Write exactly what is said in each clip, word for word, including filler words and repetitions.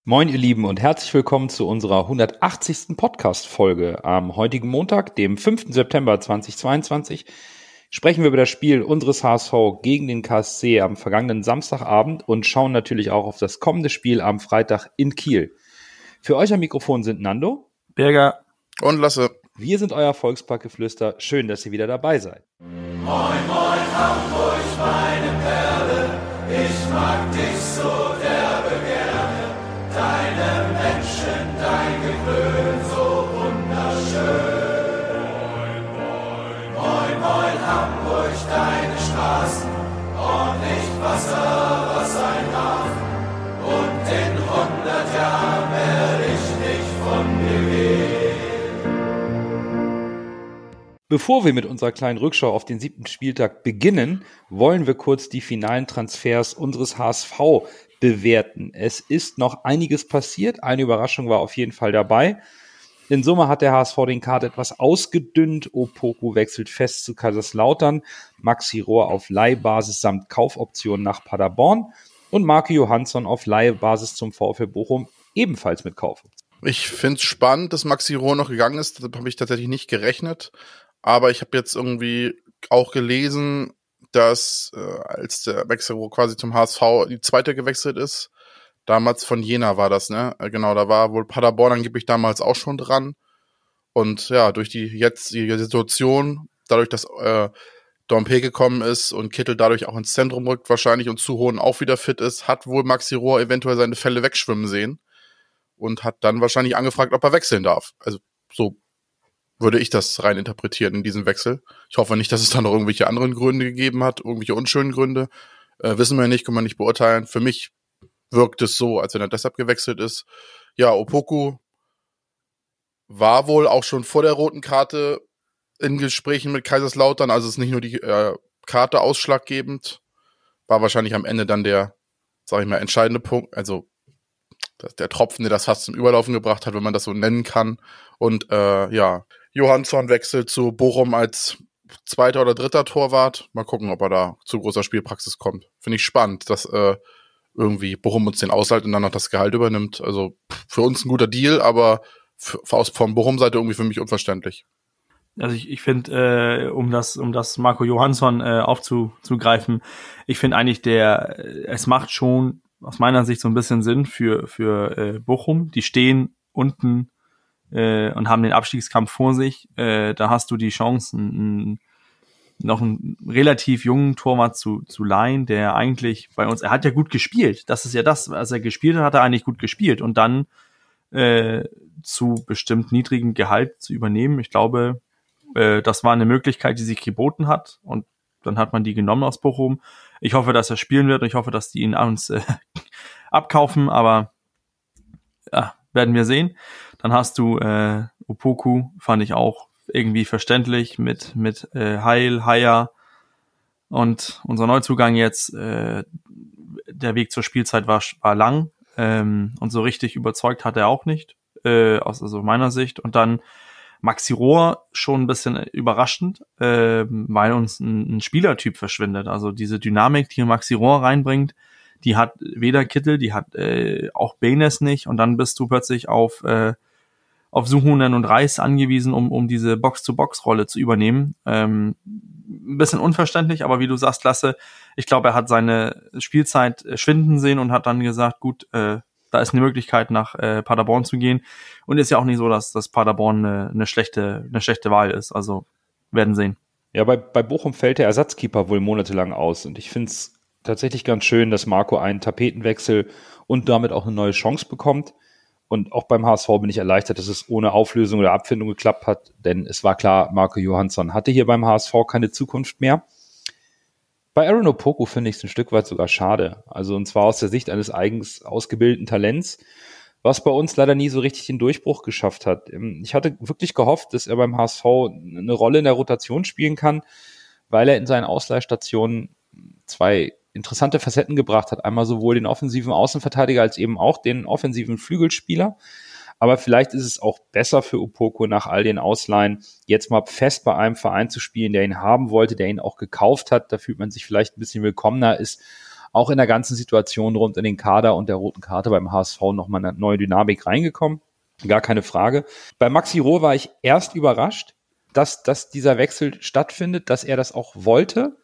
Moin ihr Lieben und herzlich willkommen zu unserer hundertachtzigsten Podcast-Folge. Am heutigen Montag, dem fünften September zweitausendzweiundzwanzig, sprechen wir über das Spiel unseres H S V gegen den K S C am vergangenen Samstagabend und schauen natürlich auch auf das kommende Spiel am Freitag in Kiel. Für euch am Mikrofon sind Nando, Berger und Lasse. Wir sind euer Volksparkgeflüster. Schön, dass ihr wieder dabei seid. Moin, moin, Hamburg, meine Perle, ich mag dich so derbe gerne. Deine Menschen, dein Gewöhn, so wunderschön. Moin, moin, moin, moin, Hamburg, deine Straßen, ordentlich Wasser, was ein Hafen. Und in hundert Jahren werde ich nicht von dir gehen. Bevor wir mit unserer kleinen Rückschau auf den siebten Spieltag beginnen, wollen wir kurz die finalen Transfers unseres H S V bewerten. Es ist noch einiges passiert. Eine Überraschung war auf jeden Fall dabei. In Summe hat der H S V den Kader etwas ausgedünnt. Opoku wechselt fest zu Kaiserslautern. Maxi Rohr auf Leihbasis samt Kaufoption nach Paderborn. Und Marco Johansson auf Leihbasis zum VfL Bochum, ebenfalls mit Kaufoption. Ich finde es spannend, dass Maxi Rohr noch gegangen ist. Da habe ich tatsächlich nicht gerechnet. Aber ich habe jetzt irgendwie auch gelesen, dass äh, als der Maxi Rohr quasi zum H S V die zweite gewechselt ist, damals von Jena war das, ne? Genau, da war wohl Paderborn angeblich damals auch schon dran. Und ja, durch die jetzige Situation, dadurch, dass äh, Dompe gekommen ist und Kittel dadurch auch ins Zentrum rückt wahrscheinlich und Zuhohn auch wieder fit ist, hat wohl Maxi Rohr eventuell seine Fälle wegschwimmen sehen und hat dann wahrscheinlich angefragt, ob er wechseln darf. Also so würde ich das rein interpretieren in diesem Wechsel. Ich hoffe nicht, dass es da noch irgendwelche anderen Gründe gegeben hat, irgendwelche unschönen Gründe. Äh, wissen wir nicht, können wir nicht beurteilen. Für mich wirkt es so, als wenn er deshalb gewechselt ist. Ja, Opoku war wohl auch schon vor der roten Karte in Gesprächen mit Kaiserslautern, also ist nicht nur die äh, Karte ausschlaggebend, war wahrscheinlich am Ende dann der, sag ich mal, entscheidende Punkt, also der Tropfen, der das fast zum Überlaufen gebracht hat, wenn man das so nennen kann. Und äh, ja, Johansson wechselt zu Bochum als zweiter oder dritter Torwart. Mal gucken, ob er da zu großer Spielpraxis kommt. Finde ich spannend, dass äh, irgendwie Bochum uns den ausleiht und dann noch das Gehalt übernimmt. Also für uns ein guter Deal, aber für, aus von Bochum-Seite irgendwie für mich unverständlich. Also ich, ich finde, äh, um das um das Marco Johansson äh, aufzugreifen, ich finde eigentlich, der äh, es macht schon aus meiner Sicht so ein bisschen Sinn für für äh, Bochum. Die stehen unten äh, und haben den Abstiegskampf vor sich. Äh, da hast du die Chance, n, noch einen relativ jungen Torwart zu zu leihen, der eigentlich bei uns, er hat ja gut gespielt. Das ist ja das, als er gespielt hat, hat er eigentlich gut gespielt. Und dann äh, zu bestimmt niedrigem Gehalt zu übernehmen, ich glaube, äh, das war eine Möglichkeit, die sich geboten hat. Und dann hat man die genommen aus Bochum. Ich hoffe, dass er spielen wird und ich hoffe, dass die ihn uns äh, abkaufen, aber ja, werden wir sehen. Dann hast du äh, Opoku, fand ich auch irgendwie verständlich mit mit äh, Heil, Haier und unser Neuzugang jetzt, äh, der Weg zur Spielzeit war, war lang ähm, und so richtig überzeugt hat er auch nicht, äh, aus also meiner Sicht. Und dann Maxi Rohr schon ein bisschen überraschend, äh, weil uns ein, ein Spielertyp verschwindet. Also diese Dynamik, die Maxi Rohr reinbringt, die hat weder Kittel, die hat äh, auch Benes nicht. Und dann bist du plötzlich auf äh, auf Suhonen und Reis angewiesen, um um diese Box-to-Box-Rolle zu übernehmen. Ähm, ein bisschen unverständlich, aber wie du sagst, Lasse, ich glaube, er hat seine Spielzeit schwinden sehen und hat dann gesagt, gut, äh, da ist eine Möglichkeit, nach äh, Paderborn zu gehen. Und ist ja auch nicht so, dass, dass Paderborn eine, eine schlechte eine schlechte Wahl ist. Also werden sehen. Ja, bei, bei Bochum fällt der Ersatzkeeper wohl monatelang aus. Und ich finde es tatsächlich ganz schön, dass Marco einen Tapetenwechsel und damit auch eine neue Chance bekommt. Und auch beim H S V bin ich erleichtert, dass es ohne Auflösung oder Abfindung geklappt hat. Denn es war klar, Marco Johansson hatte hier beim H S V keine Zukunft mehr. Bei Aaron Opoku finde ich es ein Stück weit sogar schade. Also und zwar aus der Sicht eines eigens ausgebildeten Talents, was bei uns leider nie so richtig den Durchbruch geschafft hat. Ich hatte wirklich gehofft, dass er beim H S V eine Rolle in der Rotation spielen kann, weil er in seinen Ausleihstationen zwei interessante Facetten gebracht hat. Einmal sowohl den offensiven Außenverteidiger als eben auch den offensiven Flügelspieler. Aber vielleicht ist es auch besser für Opoku nach all den Ausleihen, jetzt mal fest bei einem Verein zu spielen, der ihn haben wollte, der ihn auch gekauft hat. Da fühlt man sich vielleicht ein bisschen willkommener, ist auch in der ganzen Situation rund in den Kader und der roten Karte beim H S V nochmal eine neue Dynamik reingekommen. Gar keine Frage. Bei Maxi Rohr war ich erst überrascht, dass, dass dieser Wechsel stattfindet, dass er das auch wollte.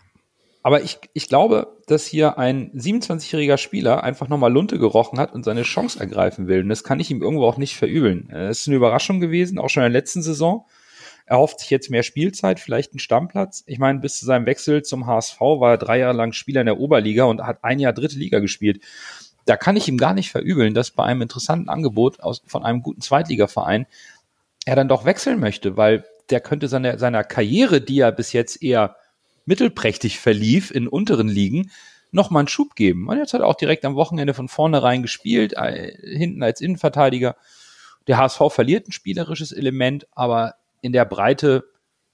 Aber ich, ich glaube, dass hier ein siebenundzwanzigjähriger Spieler einfach nochmal Lunte gerochen hat und seine Chance ergreifen will. Und das kann ich ihm irgendwo auch nicht verübeln. Es ist eine Überraschung gewesen, auch schon in der letzten Saison. Er hofft sich jetzt mehr Spielzeit, vielleicht einen Stammplatz. Ich meine, bis zu seinem Wechsel zum H S V war er drei Jahre lang Spieler in der Oberliga und hat ein Jahr dritte Liga gespielt. Da kann ich ihm gar nicht verübeln, dass bei einem interessanten Angebot aus, von einem guten Zweitligaverein er dann doch wechseln möchte, weil der könnte seine, seiner Karriere, die ja bis jetzt eher mittelprächtig verlief in unteren Ligen, nochmal einen Schub geben. Und jetzt hat er auch direkt am Wochenende von vornherein gespielt, äh, hinten als Innenverteidiger. Der H S V verliert ein spielerisches Element, aber in der Breite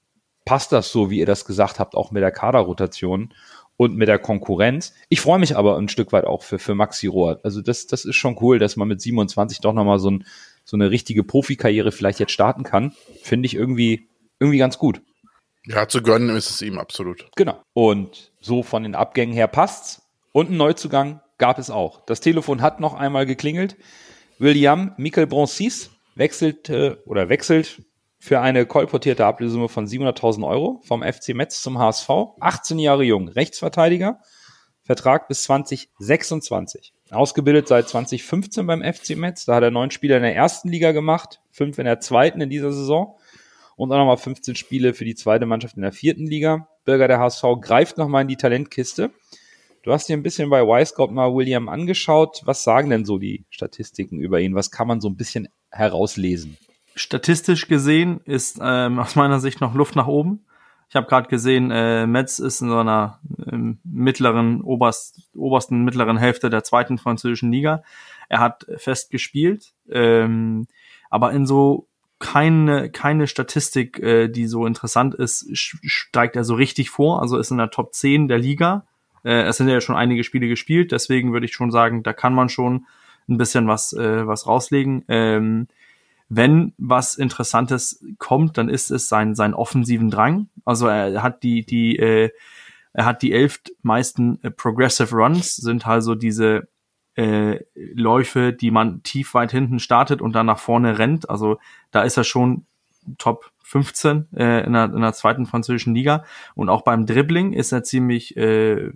passt das so, wie ihr das gesagt habt, auch mit der Kaderrotation und mit der Konkurrenz. Ich freue mich aber ein Stück weit auch für, für Maxi Rohr. Also das, das ist schon cool, dass man mit siebenundzwanzig doch nochmal so, ein, so eine richtige Profikarriere vielleicht jetzt starten kann. Finde ich irgendwie, irgendwie ganz gut. Ja, zu gönnen ist es ihm absolut. Genau. Und so von den Abgängen her passt's. Und einen Neuzugang gab es auch. Das Telefon hat noch einmal geklingelt. William Michael Bronsis wechselt äh, oder wechselt für eine kolportierte Ablösesumme von siebenhunderttausend Euro vom F C Metz zum H S V. achtzehn Jahre jung, Rechtsverteidiger. Vertrag bis zwanzig sechsundzwanzig. Ausgebildet seit zwanzig fünfzehn beim F C Metz. Da hat er neun Spiele in der ersten Liga gemacht, fünf in der zweiten in dieser Saison. Und auch nochmal fünfzehn Spiele für die zweite Mannschaft in der vierten Liga. Bürger der H S V greift nochmal in die Talentkiste. Du hast dir ein bisschen bei Y-Scout mal William angeschaut. Was sagen denn so die Statistiken über ihn? Was kann man so ein bisschen herauslesen? Statistisch gesehen ist ähm, aus meiner Sicht noch Luft nach oben. Ich habe gerade gesehen, äh, Metz ist in so einer ähm, mittleren, oberst, obersten mittleren Hälfte der zweiten französischen Liga. Er hat fest gespielt, ähm, aber in so keine keine Statistik, äh, die so interessant ist, steigt er so richtig vor, also ist in der Top zehn der Liga. Äh, es sind ja schon einige Spiele gespielt, deswegen würde ich schon sagen, da kann man schon ein bisschen was äh, was rauslegen. Ähm, wenn was Interessantes kommt, dann ist es sein sein offensiven Drang. Also er hat die die äh, er hat die elf meisten äh, Progressive Runs, sind also diese Äh, Läufe, die man tief weit hinten startet und dann nach vorne rennt. Also da ist er schon Top fünfzehn äh, in, der, in der zweiten französischen Liga. Und auch beim Dribbling ist er ziemlich äh,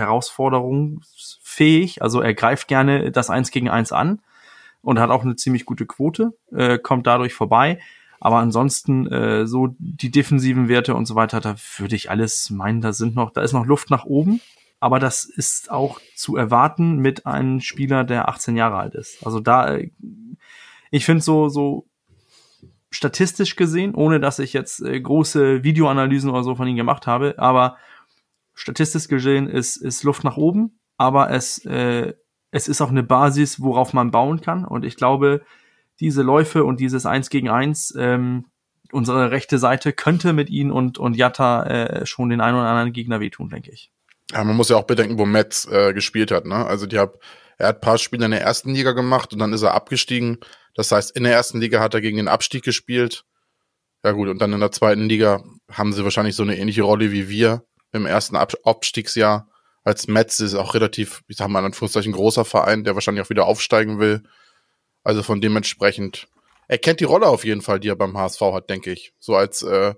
herausforderungsfähig. Also er greift gerne das Eins gegen Eins an und hat auch eine ziemlich gute Quote, äh, kommt dadurch vorbei. Aber ansonsten äh, so die defensiven Werte und so weiter, da würde ich alles meinen, da sind noch, da ist noch Luft nach oben. Aber das ist auch zu erwarten mit einem Spieler, der achtzehn Jahre alt ist. Also da, ich finde so, so statistisch gesehen, ohne dass ich jetzt äh, große Videoanalysen oder so von ihm gemacht habe, aber statistisch gesehen ist, ist Luft nach oben, aber es, äh, es ist auch eine Basis, worauf man bauen kann. Und ich glaube, diese Läufe und dieses Eins gegen Eins, ähm, unsere rechte Seite könnte mit ihm und, und Jatta äh, schon den einen oder anderen Gegner wehtun, denke ich. Ja, man muss ja auch bedenken, wo Metz äh, gespielt hat, ne? Also die hab, er hat ein paar Spiele in der ersten Liga gemacht und dann ist er abgestiegen. Das heißt, in der ersten Liga hat er gegen den Abstieg gespielt. Ja gut, und dann in der zweiten Liga haben sie wahrscheinlich so eine ähnliche Rolle wie wir im ersten Ab- Abstiegsjahr. Als Metz ist auch relativ, ich sag mal in Anführungszeichen, großer Verein, der wahrscheinlich auch wieder aufsteigen will. Also von dementsprechend, er kennt die Rolle auf jeden Fall, die er beim H S V hat, denke ich. So als äh,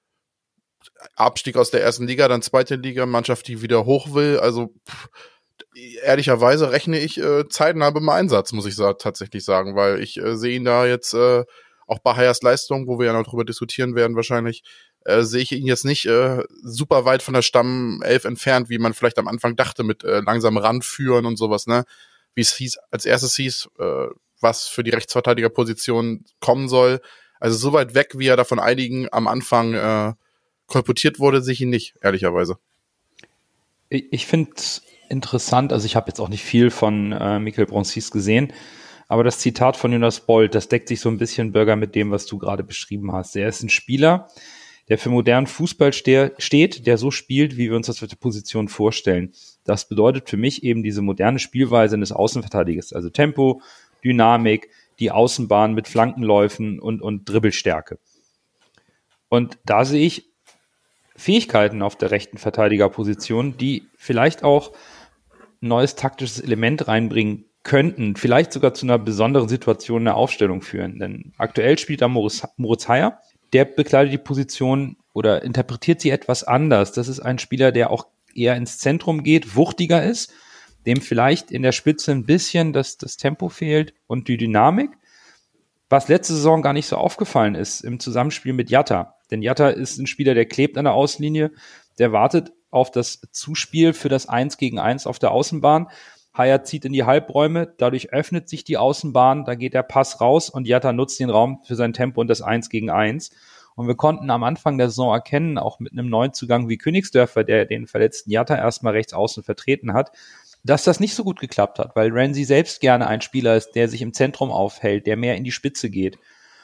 Abstieg aus der ersten Liga, dann zweite Liga, Mannschaft, die wieder hoch will. Also pff, ehrlicherweise rechne ich äh, zeitnah beim Einsatz, muss ich sa- tatsächlich sagen, weil ich äh, sehe ihn da jetzt äh, auch bei Hayers Leistung, wo wir ja noch drüber diskutieren werden wahrscheinlich, äh, sehe ich ihn jetzt nicht äh, super weit von der Stammelf entfernt, wie man vielleicht am Anfang dachte, mit äh, langsam ranführen und sowas, ne? Wie es hieß, als erstes hieß, äh, was für die Rechtsverteidigerposition kommen soll. Also so weit weg, wie er da von einigen am Anfang äh, kolportiert wurde, sehe ich ihn nicht, ehrlicherweise. Ich, ich finde es interessant, also ich habe jetzt auch nicht viel von äh, Michael Bronsis gesehen, aber das Zitat von Jonas Bold, das deckt sich so ein bisschen, Bürger, mit dem, was du gerade beschrieben hast. Er ist ein Spieler, der für modernen Fußball ste- steht, der so spielt, wie wir uns das für die Position vorstellen. Das bedeutet für mich eben diese moderne Spielweise eines Außenverteidigers, also Tempo, Dynamik, die Außenbahn mit Flankenläufen und, und Dribbelstärke. Und da sehe ich Fähigkeiten auf der rechten Verteidigerposition, die vielleicht auch neues taktisches Element reinbringen könnten, vielleicht sogar zu einer besonderen Situation in der Aufstellung führen. Denn aktuell spielt da Moritz, Moritz Heyer, der bekleidet die Position oder interpretiert sie etwas anders. Das ist ein Spieler, der auch eher ins Zentrum geht, wuchtiger ist, dem vielleicht in der Spitze ein bisschen das, das Tempo fehlt und die Dynamik, was letzte Saison gar nicht so aufgefallen ist im Zusammenspiel mit Jatta. Denn Jatta ist ein Spieler, der klebt an der Außenlinie, der wartet auf das Zuspiel für das Eins gegen Eins auf der Außenbahn. Heyer zieht in die Halbräume, dadurch öffnet sich die Außenbahn, da geht der Pass raus und Jatta nutzt den Raum für sein Tempo und das Eins gegen Eins. Und wir konnten am Anfang der Saison erkennen, auch mit einem Neuzugang wie Königsdörfer, der den verletzten Jatta erstmal rechts außen vertreten hat, dass das nicht so gut geklappt hat, weil Ramsey selbst gerne ein Spieler ist, der sich im Zentrum aufhält, der mehr in die Spitze geht.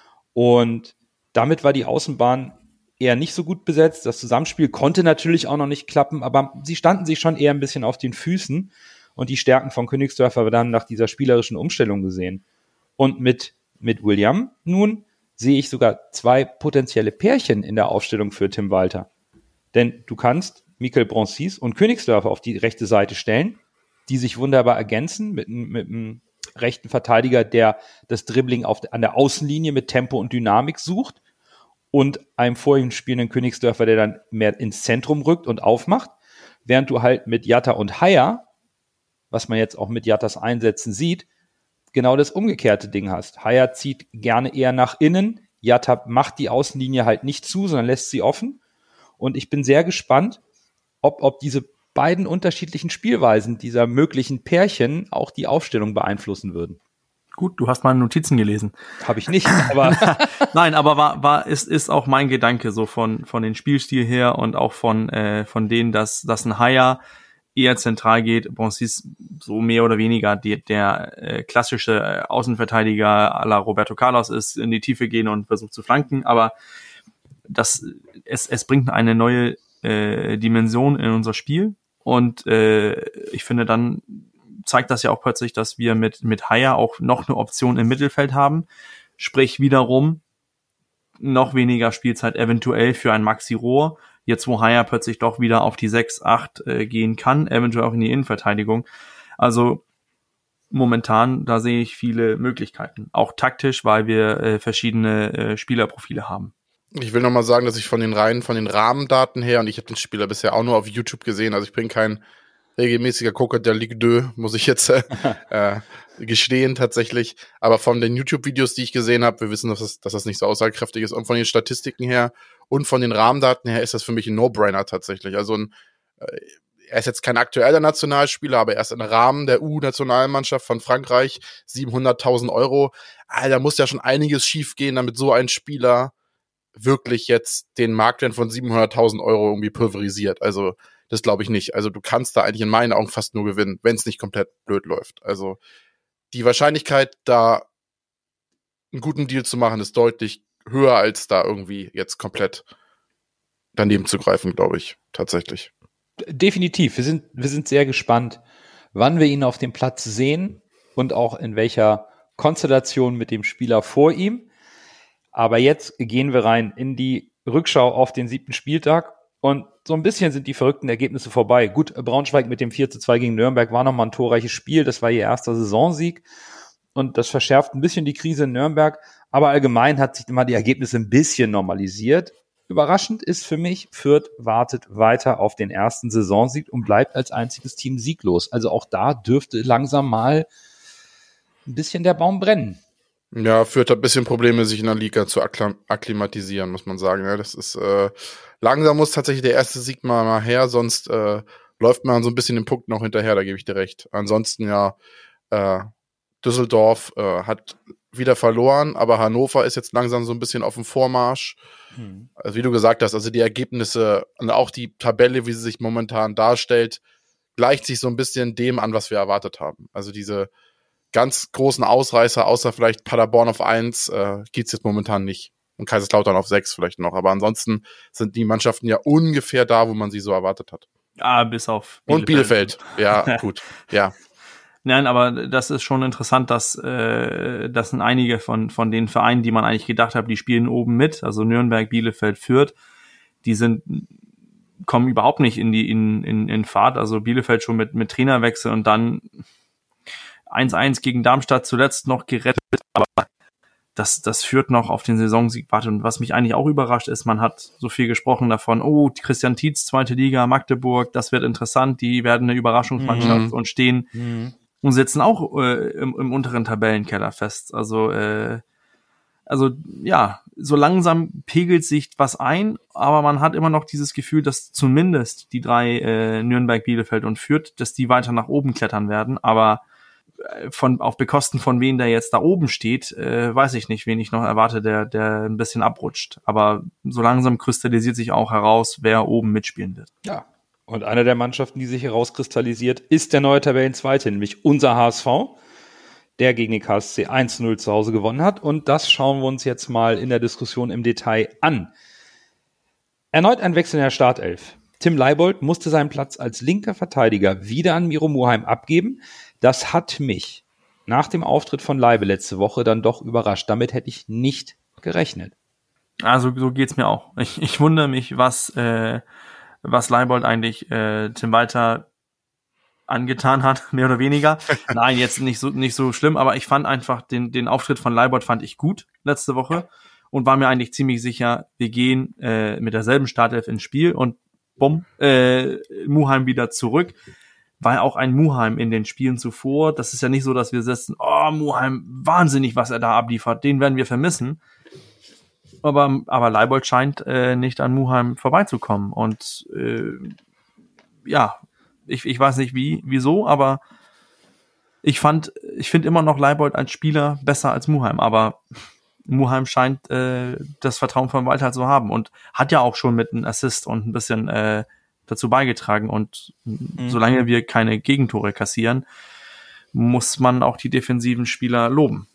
Und damit war die Außenbahn eher nicht so gut besetzt. Das Zusammenspiel konnte natürlich auch noch nicht klappen, aber sie standen sich schon eher ein bisschen auf den Füßen und die Stärken von Königsdörfer dann nach dieser spielerischen Umstellung gesehen. Und mit, mit William nun sehe ich sogar zwei potenzielle Pärchen in der Aufstellung für Tim Walter. Denn du kannst Michael Bronsis und Königsdörfer auf die rechte Seite stellen, die sich wunderbar ergänzen mit, mit einem rechten Verteidiger, der das Dribbling auf, an der Außenlinie mit Tempo und Dynamik sucht und einem vor ihm spielenden Königsdörfer, der dann mehr ins Zentrum rückt und aufmacht, während du halt mit Jatta und Heyer, was man jetzt auch mit Jattas Einsätzen sieht, genau das umgekehrte Ding hast. Heyer zieht gerne eher nach innen, Jatta macht die Außenlinie halt nicht zu, sondern lässt sie offen. Und ich bin sehr gespannt, ob, ob diese beiden unterschiedlichen Spielweisen dieser möglichen Pärchen auch die Aufstellung beeinflussen würden. Gut, du hast meine Notizen gelesen. Habe ich nicht, aber nein, aber war war ist ist auch mein Gedanke so von von den Spielstil her und auch von äh, von denen, dass dass ein Heyer eher zentral geht, Bronsis so mehr oder weniger die, der äh, klassische äh, Außenverteidiger à la Roberto Carlos ist, in die Tiefe gehen und versucht zu flanken, aber das es es bringt eine neue äh, Dimension in unser Spiel und äh, ich finde, dann zeigt das ja auch plötzlich, dass wir mit mit Heyer auch noch eine Option im Mittelfeld haben, sprich wiederum noch weniger Spielzeit eventuell für ein Maxi Rohr, jetzt wo Heyer plötzlich doch wieder auf die sechs, acht äh, gehen kann, eventuell auch in die Innenverteidigung. Also momentan, da sehe ich viele Möglichkeiten, auch taktisch, weil wir äh, verschiedene äh, Spielerprofile haben. Ich will nochmal sagen, dass ich von den Reihen, von den Rahmendaten her, und ich habe den Spieler bisher auch nur auf YouTube gesehen, also ich bin kein regelmäßiger Gucker der Ligue zwei, muss ich jetzt äh, äh, gestehen tatsächlich. Aber von den YouTube-Videos, die ich gesehen habe, wir wissen, dass das, dass das nicht so aussagekräftig ist. Und von den Statistiken her und von den Rahmendaten her ist das für mich ein No-Brainer tatsächlich. Also ein, äh, er ist jetzt kein aktueller Nationalspieler, aber er ist im Rahmen der U-Nationalmannschaft von Frankreich, siebenhunderttausend Euro. Ah, da muss ja schon einiges schief gehen, damit so ein Spieler wirklich jetzt den Marktwert von siebenhunderttausend Euro irgendwie pulverisiert. Also das glaube ich nicht. Also du kannst da eigentlich in meinen Augen fast nur gewinnen, wenn es nicht komplett blöd läuft. Also die Wahrscheinlichkeit, da einen guten Deal zu machen, ist deutlich höher, als da irgendwie jetzt komplett daneben zu greifen, glaube ich, tatsächlich. Definitiv. Wir sind, wir sind sehr gespannt, wann wir ihn auf dem Platz sehen und auch in welcher Konstellation mit dem Spieler vor ihm. Aber jetzt gehen wir rein in die Rückschau auf den siebten Spieltag. Und so ein bisschen sind die verrückten Ergebnisse vorbei. Gut, Braunschweig mit dem vier zu zwei gegen Nürnberg war nochmal ein torreiches Spiel. Das war ihr erster Saisonsieg. Und das verschärft ein bisschen die Krise in Nürnberg. Aber allgemein hat sich immer die Ergebnisse ein bisschen normalisiert. Überraschend ist für mich, Fürth wartet weiter auf den ersten Saisonsieg und bleibt als einziges Team sieglos. Also auch da dürfte langsam mal ein bisschen der Baum brennen. Ja, Fürth hat ein bisschen Probleme, sich in der Liga zu akklim- akklimatisieren, muss man sagen. Ja, das ist äh, langsam muss tatsächlich der erste Sieg mal, mal her, sonst äh, läuft man so ein bisschen den Punkt noch hinterher, da gebe ich dir recht. Ansonsten ja, äh, Düsseldorf äh, hat wieder verloren, aber Hannover ist jetzt langsam so ein bisschen auf dem Vormarsch. Hm. Also wie du gesagt hast, also die Ergebnisse und auch die Tabelle, wie sie sich momentan darstellt, gleicht sich so ein bisschen dem an, was wir erwartet haben. Also diese ganz großen Ausreißer, außer vielleicht Paderborn auf eins, äh, geht's jetzt momentan nicht. Und Kaiserslautern auf sechs vielleicht noch. Aber ansonsten sind die Mannschaften ja ungefähr da, wo man sie so erwartet hat. Ah, bis auf Bielefeld. Und Bielefeld. Ja, gut. Ja. Nein, aber das ist schon interessant, dass äh, das sind einige von von den Vereinen, die man eigentlich gedacht hat, die spielen oben mit, also Nürnberg, Bielefeld, Fürth, die sind kommen überhaupt nicht in die in, in, in Fahrt. Also Bielefeld schon mit, mit Trainerwechsel und dann eins eins gegen Darmstadt zuletzt noch gerettet, aber das, das führt noch auf den Saisonsieg. Warte, und was mich eigentlich auch überrascht ist, man hat so viel gesprochen davon, oh, Christian Tietz, zweite Liga, Magdeburg, das wird interessant, die werden eine Überraschungsmannschaft mhm. und stehen mhm. und sitzen auch äh, im, im unteren Tabellenkeller fest. Also, äh, also ja, so langsam pegelt sich was ein, aber man hat immer noch dieses Gefühl, dass zumindest die drei äh, Nürnberg, Bielefeld und Fürth, dass die weiter nach oben klettern werden, aber von auf Bekosten von wen der jetzt da oben steht, äh, weiß ich nicht, wen ich noch erwarte, der der ein bisschen abrutscht. Aber so langsam kristallisiert sich auch heraus, wer oben mitspielen wird. Ja, und eine der Mannschaften, die sich herauskristallisiert, ist der neue Tabellenzweite, nämlich unser H S V, der gegen den K S C eins zu null zu Hause gewonnen hat. Und das schauen wir uns jetzt mal in der Diskussion im Detail an. Erneut ein Wechsel in der Startelf. Tim Leibold musste seinen Platz als linker Verteidiger wieder an Miro Muheim abgeben. Das hat mich nach dem Auftritt von Leibe letzte Woche dann doch überrascht. Damit hätte ich nicht gerechnet. Also so geht's mir auch. Ich, ich wundere mich, was äh, was Leibold eigentlich äh, Tim Walter angetan hat, mehr oder weniger. Nein, jetzt nicht so nicht so schlimm, aber ich fand einfach den den Auftritt von Leibold fand ich gut letzte Woche und war mir eigentlich ziemlich sicher, wir gehen äh, mit derselben Startelf ins Spiel und bumm, äh, Muheim wieder zurück. Weil auch ein Muheim in den Spielen zuvor, das ist ja nicht so, dass wir sitzen, oh, Muheim, wahnsinnig, was er da abliefert, den werden wir vermissen. Aber, aber Leibold scheint äh, nicht an Muheim vorbeizukommen. Und äh, ja, ich, ich weiß nicht wie, wieso, aber ich fand, ich finde immer noch Leibold als Spieler besser als Muheim, aber Muheim scheint äh, das Vertrauen von Walter zu haben und hat ja auch schon mit einem Assist und ein bisschen äh, dazu beigetragen und mhm. solange wir keine Gegentore kassieren, muss man auch die defensiven Spieler loben.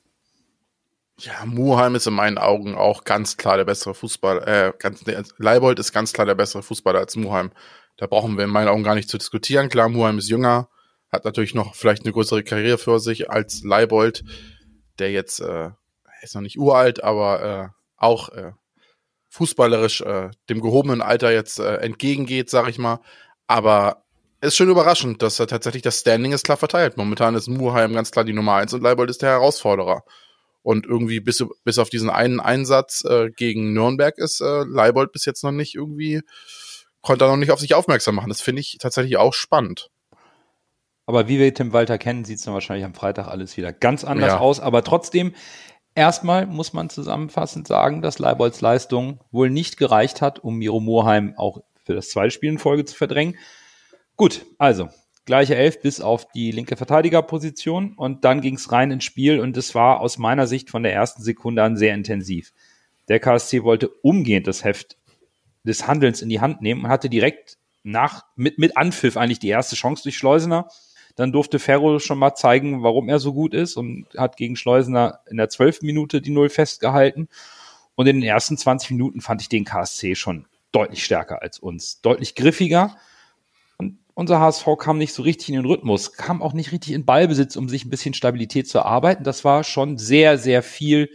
Ja, Muheim ist in meinen Augen auch ganz klar der bessere Fußballer, äh, ganz, Leibold ist ganz klar der bessere Fußballer als Muheim. Da brauchen wir in meinen Augen gar nicht zu diskutieren. Klar, Muheim ist jünger, hat natürlich noch vielleicht eine größere Karriere für sich als Leibold, der jetzt, äh, ist noch nicht uralt, aber äh, auch äh, fußballerisch äh, dem gehobenen Alter jetzt äh, entgegengeht, sag ich mal. Aber ist schon überraschend, dass er tatsächlich das Standing ist klar verteilt. Momentan ist Muheim ganz klar die Nummer eins und Leibold ist der Herausforderer. Und irgendwie bis, bis auf diesen einen Einsatz äh, gegen Nürnberg ist äh, Leibold bis jetzt noch nicht irgendwie, konnte er noch nicht auf sich aufmerksam machen. Das finde ich tatsächlich auch spannend. Aber wie wir Tim Walter kennen, sieht es dann wahrscheinlich am Freitag alles wieder ganz anders Ja. aus. Aber trotzdem, erstmal muss man zusammenfassend sagen, dass Leibolds Leistung wohl nicht gereicht hat, um Miro Muheim auch für das zweite Spiel in Folge zu verdrängen. Gut, also gleiche Elf bis auf die linke Verteidigerposition und dann ging es rein ins Spiel und es war aus meiner Sicht von der ersten Sekunde an sehr intensiv. Der K S C wollte umgehend das Heft des Handelns in die Hand nehmen und hatte direkt nach mit, mit Anpfiff eigentlich die erste Chance durch Schleusener. Dann durfte Ferro schon mal zeigen, warum er so gut ist und hat gegen Schleusener in der zwölften Minute die Null festgehalten. Und in den ersten zwanzig Minuten fand ich den K S C schon deutlich stärker als uns, deutlich griffiger. Und unser H S V kam nicht so richtig in den Rhythmus, kam auch nicht richtig in Ballbesitz, um sich ein bisschen Stabilität zu erarbeiten. Das war schon sehr, sehr viel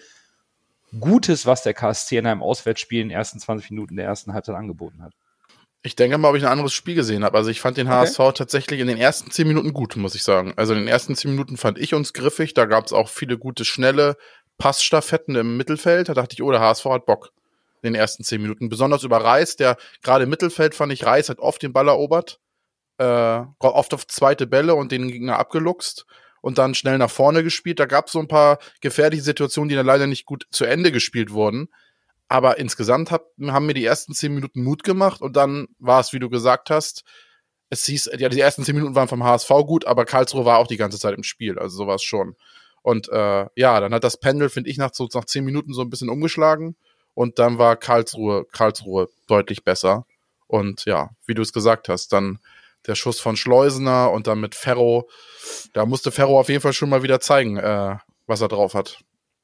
Gutes, was der K S C in einem Auswärtsspiel in den ersten zwanzig Minuten der ersten Halbzeit angeboten hat. Ich denke mal, ob ich ein anderes Spiel gesehen habe. Also ich fand den H S V okay. tatsächlich in den ersten zehn Minuten gut, muss ich sagen. Also in den ersten zehn Minuten fand ich uns griffig. Da gab es auch viele gute, schnelle Passstaffetten im Mittelfeld. Da dachte ich, oh, der H S V hat Bock in den ersten zehn Minuten. Besonders über Reis, der gerade im Mittelfeld fand ich, Reis hat oft den Ball erobert. Äh, oft auf zweite Bälle und den Gegner abgeluchst und dann schnell nach vorne gespielt. Da gab es so ein paar gefährliche Situationen, die dann leider nicht gut zu Ende gespielt wurden. Aber insgesamt hab, haben mir die ersten zehn Minuten Mut gemacht und dann war es, wie du gesagt hast, es hieß, ja, die ersten zehn Minuten waren vom H S V gut, aber Karlsruhe war auch die ganze Zeit im Spiel, also so war es schon. Und äh, ja, dann hat das Pendel, finde ich, nach so nach zehn Minuten so ein bisschen umgeschlagen und dann war Karlsruhe, Karlsruhe deutlich besser. Und ja, wie du es gesagt hast, dann der Schuss von Schleusener und dann mit Ferro, da musste Ferro auf jeden Fall schon mal wieder zeigen, äh, was er drauf hat.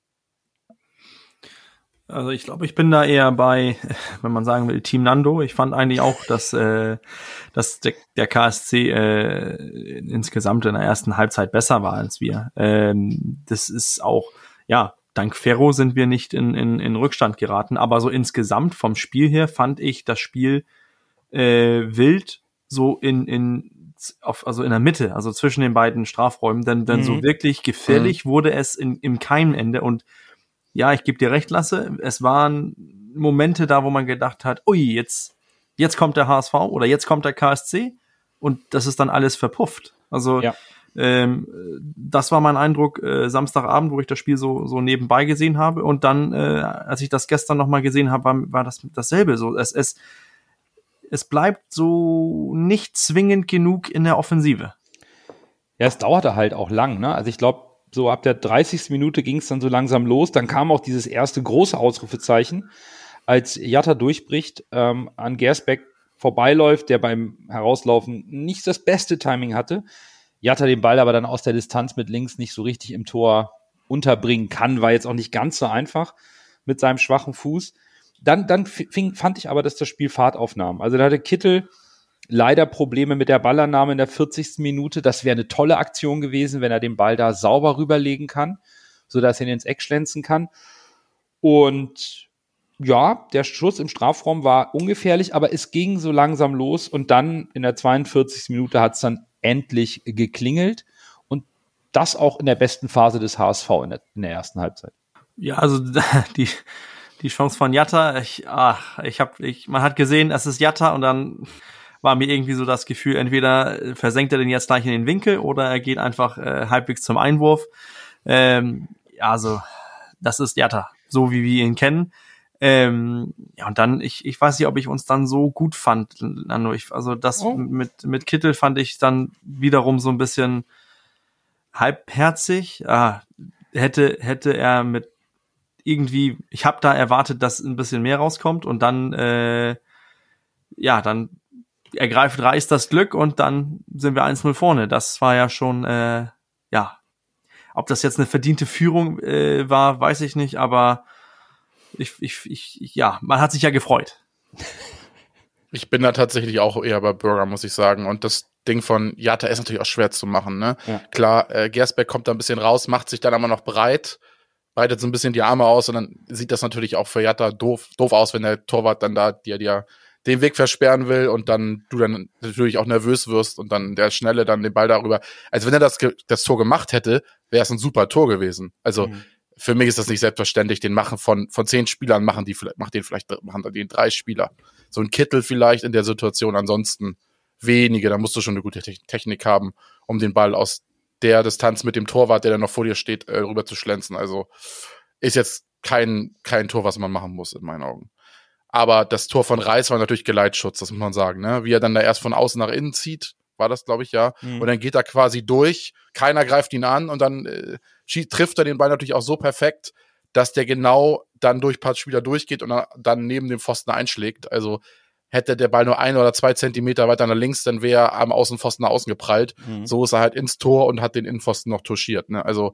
Also ich glaube, ich bin da eher bei, wenn man sagen will, Team Nando. Ich fand eigentlich auch, dass, äh, dass der, der K S C äh, insgesamt in der ersten Halbzeit besser war als wir. Ähm, das ist auch, ja, dank Ferro sind wir nicht in, in, in Rückstand geraten, aber so insgesamt vom Spiel her fand ich das Spiel äh, wild so in, in, auf, also in der Mitte, also zwischen den beiden Strafräumen, denn, denn Mhm. so wirklich gefährlich mhm. wurde es in, im Keimende. Und ja, ich gebe dir recht, Lasse, es waren Momente da, wo man gedacht hat, ui, jetzt, jetzt kommt der H S V oder jetzt kommt der K S C und das ist dann alles verpufft. Also Ja. ähm, das war mein Eindruck äh, Samstagabend, wo ich das Spiel so, so nebenbei gesehen habe. Und dann, äh, als ich das gestern nochmal gesehen habe, war, war das dasselbe. So, es, es, es bleibt so nicht zwingend genug in der Offensive. Ja, es dauerte halt auch lang, ne? Also ich glaube, so ab der dreißigsten Minute ging es dann so langsam los. Dann kam auch dieses erste große Ausrufezeichen, als Jatta durchbricht, ähm, an Gersbeck vorbeiläuft, der beim Herauslaufen nicht das beste Timing hatte. Jatta den Ball aber dann aus der Distanz mit links nicht so richtig im Tor unterbringen kann, war jetzt auch nicht ganz so einfach mit seinem schwachen Fuß. Dann, dann fing, fand ich aber, dass das Spiel Fahrt aufnahm. Also da hatte Kittel leider Probleme mit der Ballannahme in der vierzigsten Minute. Das wäre eine tolle Aktion gewesen, wenn er den Ball da sauber rüberlegen kann, sodass er ihn ins Eck schlänzen kann. Und ja, der Schuss im Strafraum war ungefährlich, aber es ging so langsam los und dann in der zweiundvierzigsten Minute hat es dann endlich geklingelt und das auch in der besten Phase des H S V in der, in der ersten Halbzeit. Ja, also die, die Chance von Jatta, ich, ach, ich hab, ich, man hat gesehen, es ist Jatta und dann war mir irgendwie so das Gefühl, entweder versenkt er den jetzt gleich in den Winkel oder er geht einfach äh, halbwegs zum Einwurf. Ähm, also, das ist Jatta, so wie wir ihn kennen. Ähm, ja, und dann, ich, ich weiß nicht, ob ich uns dann so gut fand. Also das oh. mit, mit Kittel fand ich dann wiederum so ein bisschen halbherzig. Ah, hätte, hätte er mit irgendwie, ich habe da erwartet, dass ein bisschen mehr rauskommt und dann, äh, ja, dann ergreift Reis das Glück und dann sind wir eins null vorne. Das war ja schon, äh, ja, ob das jetzt eine verdiente Führung äh, war, weiß ich nicht, aber Ich, ich, ich, ja, man hat sich ja gefreut. Ich bin da tatsächlich auch eher bei Burger, muss ich sagen. Und das Ding von Jatta ist natürlich auch schwer zu machen, ne? Ja. Klar, äh, Gersbeck kommt da ein bisschen raus, macht sich dann aber noch breit, breitet so ein bisschen die Arme aus und dann sieht das natürlich auch für Jatta doof, doof aus, wenn der Torwart dann da dir, dir den Weg versperren will und dann du dann natürlich auch nervös wirst und dann der Schnelle dann den Ball darüber. Also wenn er das, das Tor gemacht hätte, wäre es ein super Tor gewesen. Also mhm. Für mich ist das nicht selbstverständlich, den machen von, von zehn Spielern machen die vielleicht, machen den vielleicht, machen den drei Spieler. So ein Kittel vielleicht in der Situation, ansonsten wenige, da musst du schon eine gute Technik haben, um den Ball aus der Distanz mit dem Torwart, der dann noch vor dir steht, äh, rüber zu schlänzen. Also ist jetzt kein, kein Tor, was man machen muss, in meinen Augen. Aber das Tor von Reis war natürlich Geleitschutz, das muss man sagen, ne? Wie er dann da erst von außen nach innen zieht, war das, glaube ich, ja. Mhm. Und dann geht er quasi durch, keiner greift ihn an und dann äh, trifft er den Ball natürlich auch so perfekt, dass der genau dann durch ein paar Spieler durchgeht und dann neben dem Pfosten einschlägt. Also hätte der Ball nur ein oder zwei Zentimeter weiter nach links, dann wäre er am Außenpfosten nach außen geprallt. Mhm. So ist er halt ins Tor und hat den Innenpfosten noch touchiert. Ne? Also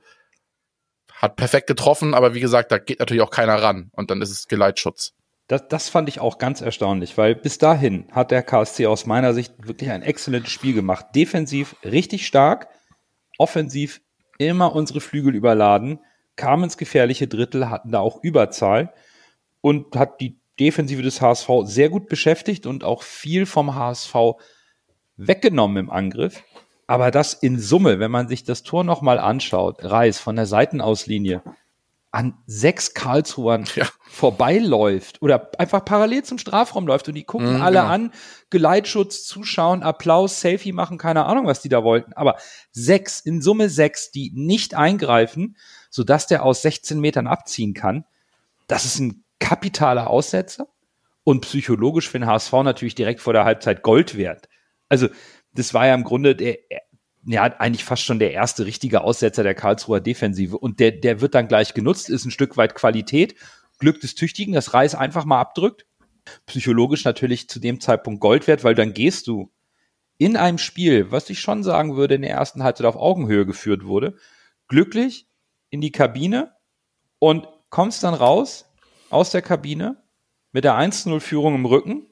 hat perfekt getroffen, aber wie gesagt, da geht natürlich auch keiner ran und dann ist es Geleitschutz. Das, das fand ich auch ganz erstaunlich, weil bis dahin hat der K S C aus meiner Sicht wirklich ein exzellentes Spiel gemacht. Defensiv richtig stark, offensiv immer unsere Flügel überladen, kamen ins gefährliche Drittel, hatten da auch Überzahl und hat die Defensive des H S V sehr gut beschäftigt und auch viel vom H S V weggenommen im Angriff. Aber das in Summe, wenn man sich das Tor nochmal anschaut, Reis von der Seitenauslinie an sechs Karlsruhern ja. vorbeiläuft oder einfach parallel zum Strafraum läuft und die gucken mhm, alle genau. an, Geleitschutz, zuschauen, Applaus, Selfie machen, keine Ahnung, was die da wollten, aber sechs, in Summe sechs, die nicht eingreifen, sodass der aus sechzehn Metern abziehen kann, das ist ein kapitaler Aussetzer und psychologisch für den H S V natürlich direkt vor der Halbzeit Gold wert. Also das war ja im Grunde der ja, eigentlich fast schon der erste richtige Aussetzer der Karlsruher Defensive. Und der, der wird dann gleich genutzt, ist ein Stück weit Qualität, Glück des Tüchtigen, das Reis einfach mal abdrückt. Psychologisch natürlich zu dem Zeitpunkt Gold wert, weil dann gehst du in einem Spiel, was ich schon sagen würde, in der ersten Halbzeit auf Augenhöhe geführt wurde, glücklich in die Kabine und kommst dann raus aus der Kabine mit der eins zu null Führung im Rücken.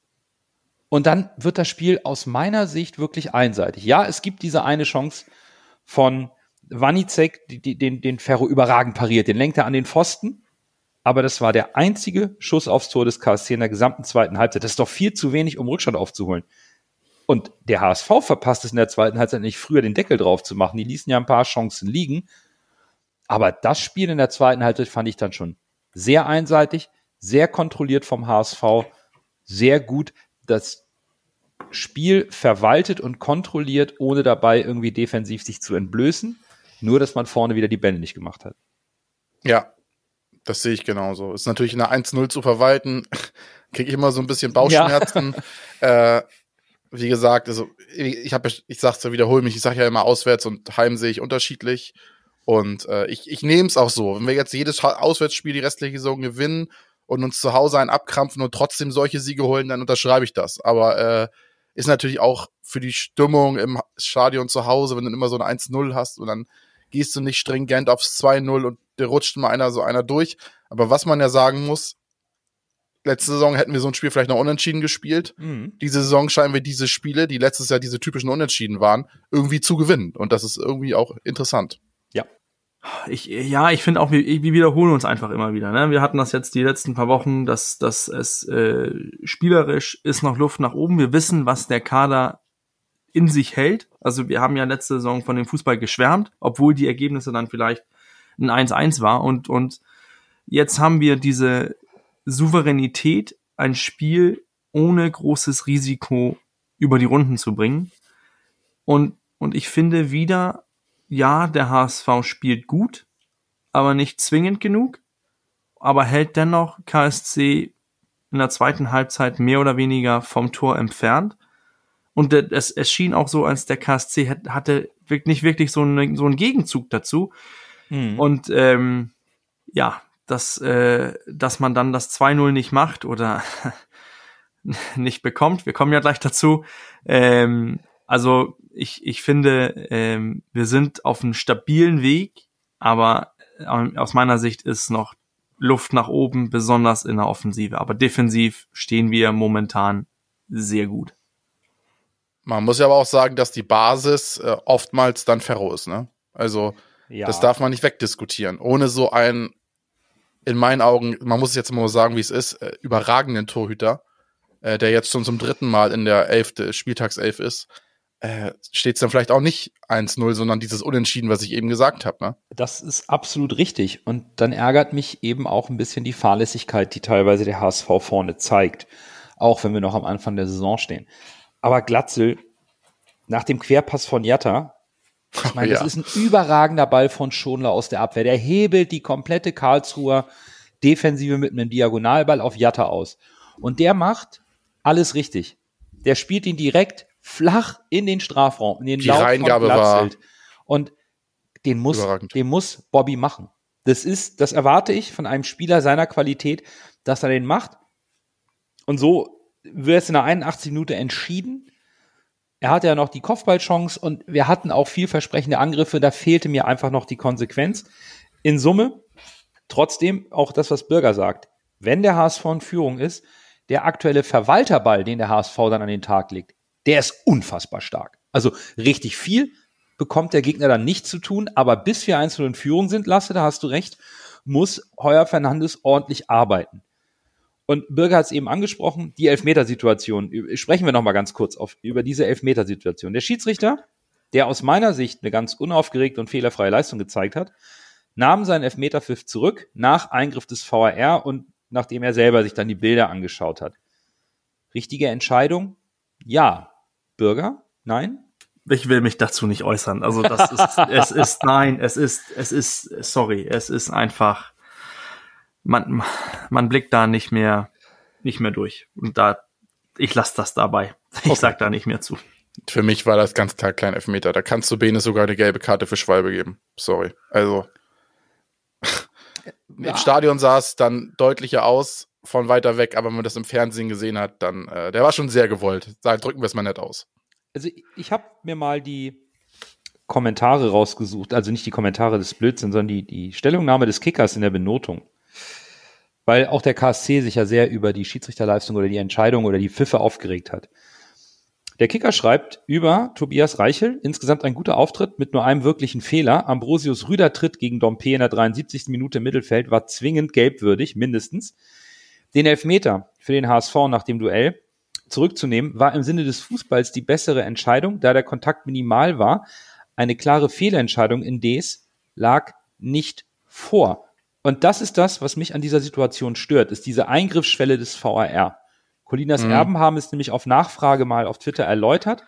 Und dann wird das Spiel aus meiner Sicht wirklich einseitig. Ja, es gibt diese eine Chance von Wanicek, die, die, den, den Ferro überragend pariert. Den lenkt er an den Pfosten. aber das war der einzige Schuss aufs Tor des K S C in der gesamten zweiten Halbzeit. Das ist doch viel zu wenig, um Rückstand aufzuholen. Und der H S V verpasst es in der zweiten Halbzeit nicht, früher den Deckel drauf zu machen. Die ließen ja ein paar Chancen liegen. Aber das Spiel in der zweiten Halbzeit fand ich dann schon sehr einseitig, sehr kontrolliert vom H S V, sehr gut das Spiel verwaltet und kontrolliert, ohne dabei irgendwie defensiv sich zu entblößen. Nur, dass man vorne wieder die Bälle nicht gemacht hat. Ja, das sehe ich genauso. Ist natürlich eine eins null zu verwalten, kriege ich immer so ein bisschen Bauchschmerzen. Ja. Äh, wie gesagt, also ich habe, ich sag's ja, wiederhole mich, ich sage ja immer auswärts und heim sehe ich unterschiedlich. Und äh, ich, ich nehme es auch so. Wenn wir jetzt jedes Auswärtsspiel die restliche Saison gewinnen und uns zu Hause einen abkrampfen und trotzdem solche Siege holen, dann unterschreibe ich das. Aber äh, ist natürlich auch für die Stimmung im Stadion zu Hause, wenn du immer so ein eins null hast und dann gehst du nicht stringent aufs zwei null und der rutscht mal einer so einer durch. Aber was man ja sagen muss, letzte Saison hätten wir so ein Spiel vielleicht noch unentschieden gespielt. Mhm. Diese Saison scheinen wir diese Spiele, die letztes Jahr diese typischen Unentschieden waren, irgendwie zu gewinnen. Und das ist irgendwie auch interessant. Ja. Ich, ja, ich finde auch, wir, wir wiederholen uns einfach immer wieder. Ne? Wir hatten das jetzt die letzten paar Wochen, dass, dass es äh, spielerisch ist noch Luft nach oben. Wir wissen, was der Kader in sich hält. Also wir haben ja letzte Saison von dem Fußball geschwärmt, obwohl die Ergebnisse dann vielleicht ein eins eins war. Und, und jetzt haben wir diese Souveränität, ein Spiel ohne großes Risiko über die Runden zu bringen. Und, und ich finde wieder, ja, der H S V spielt gut, aber nicht zwingend genug, aber hält dennoch K S C in der zweiten Halbzeit mehr oder weniger vom Tor entfernt. Und es, es schien auch so, als der K S C hatte nicht wirklich so einen, so einen Gegenzug dazu. Hm. Und ähm, ja, dass, äh, dass man dann das zwei null nicht macht oder nicht bekommt. Wir kommen ja gleich dazu. Ähm, also ich, ich finde, ähm, wir sind auf einem stabilen Weg, aber ähm, aus meiner Sicht ist noch Luft nach oben, besonders in der Offensive. Aber defensiv stehen wir momentan sehr gut. Man muss ja aber auch sagen, dass die Basis äh, oftmals dann Ferro ist, ne? Also ja. Das darf man nicht wegdiskutieren. Ohne so einen, in meinen Augen, man muss es jetzt mal sagen, wie es ist, äh, überragenden Torhüter, äh, der jetzt schon zum dritten Mal in der elfte Spieltagself ist, äh, steht es dann vielleicht auch nicht eins null, sondern dieses Unentschieden, was ich eben gesagt habe. Ne? Das ist absolut richtig. Und dann ärgert mich eben auch ein bisschen die Fahrlässigkeit, die teilweise der H S V vorne zeigt. Auch wenn wir noch am Anfang der Saison stehen. Aber Glatzel, nach dem Querpass von Jatta, ich meine, oh, ja. das ist ein überragender Ball von Schonlau aus der Abwehr. Der hebelt die komplette Karlsruher Defensive mit einem Diagonalball auf Jatta aus. Und der macht alles richtig. Der spielt ihn direkt flach in den Strafraum, in den die Lauf Reingabe von war und den muss, den muss Bobby machen. Das ist, das erwarte ich von einem Spieler seiner Qualität, dass er den macht. Und so wird es in der einundachtzigsten Minute entschieden. Er hatte ja noch die Kopfballchance und wir hatten auch vielversprechende Angriffe. Da fehlte mir einfach noch die Konsequenz. In Summe, trotzdem auch das, was Bürger sagt. Wenn der H S V in Führung ist, der aktuelle Verwalterball, den der H S V dann an den Tag legt, der ist unfassbar stark. Also richtig viel bekommt der Gegner dann nicht zu tun, aber bis wir eins null in Führung sind, Lasse, da hast du recht, muss Heuer Fernandes ordentlich arbeiten. Und Bürger hat es eben angesprochen, die Elfmetersituation. Sprechen wir noch mal ganz kurz auf, über diese Elfmetersituation. Der Schiedsrichter, der aus meiner Sicht eine ganz unaufgeregte und fehlerfreie Leistung gezeigt hat, nahm seinen Elfmeterpfiff zurück nach Eingriff des V A R und nachdem er selber sich dann die Bilder angeschaut hat. Richtige Entscheidung? Ja. Bürger? Nein? Ich will mich dazu nicht äußern. Also das ist, es ist, nein, es ist, es ist, sorry, es ist einfach, man, man blickt da nicht mehr, nicht mehr durch. Und da, ich lasse das dabei. Ich okay. sag da nicht mehr zu. Für mich war das ganz klar klein Elfmeter. Da kannst du Bene sogar eine gelbe Karte für Schwalbe geben. Sorry. Also, ja. Im Stadion sah es dann deutlicher aus von weiter weg, aber wenn man das im Fernsehen gesehen hat, dann, äh, der war schon sehr gewollt. Da drücken wir es mal nett aus. Also ich habe mir mal die Kommentare rausgesucht, also nicht die Kommentare des Blödsinns, sondern die, die Stellungnahme des Kickers in der Benotung. Weil auch der K S C sich ja sehr über die Schiedsrichterleistung oder die Entscheidung oder die Pfiffe aufgeregt hat. Der Kicker schreibt über Tobias Reichel, insgesamt ein guter Auftritt mit nur einem wirklichen Fehler. Ambrosius Rüder-Tritt gegen Dompe in der dreiundsiebzigsten Minute im Mittelfeld war zwingend gelbwürdig, mindestens. Den Elfmeter für den H S V nach dem Duell zurückzunehmen, war im Sinne des Fußballs die bessere Entscheidung, da der Kontakt minimal war. Eine klare Fehlentscheidung in Des lag nicht vor. Und das ist das, was mich an dieser Situation stört, ist diese Eingriffsschwelle des V A R. Colinas mhm. Erben haben es nämlich auf Nachfrage mal auf Twitter erläutert.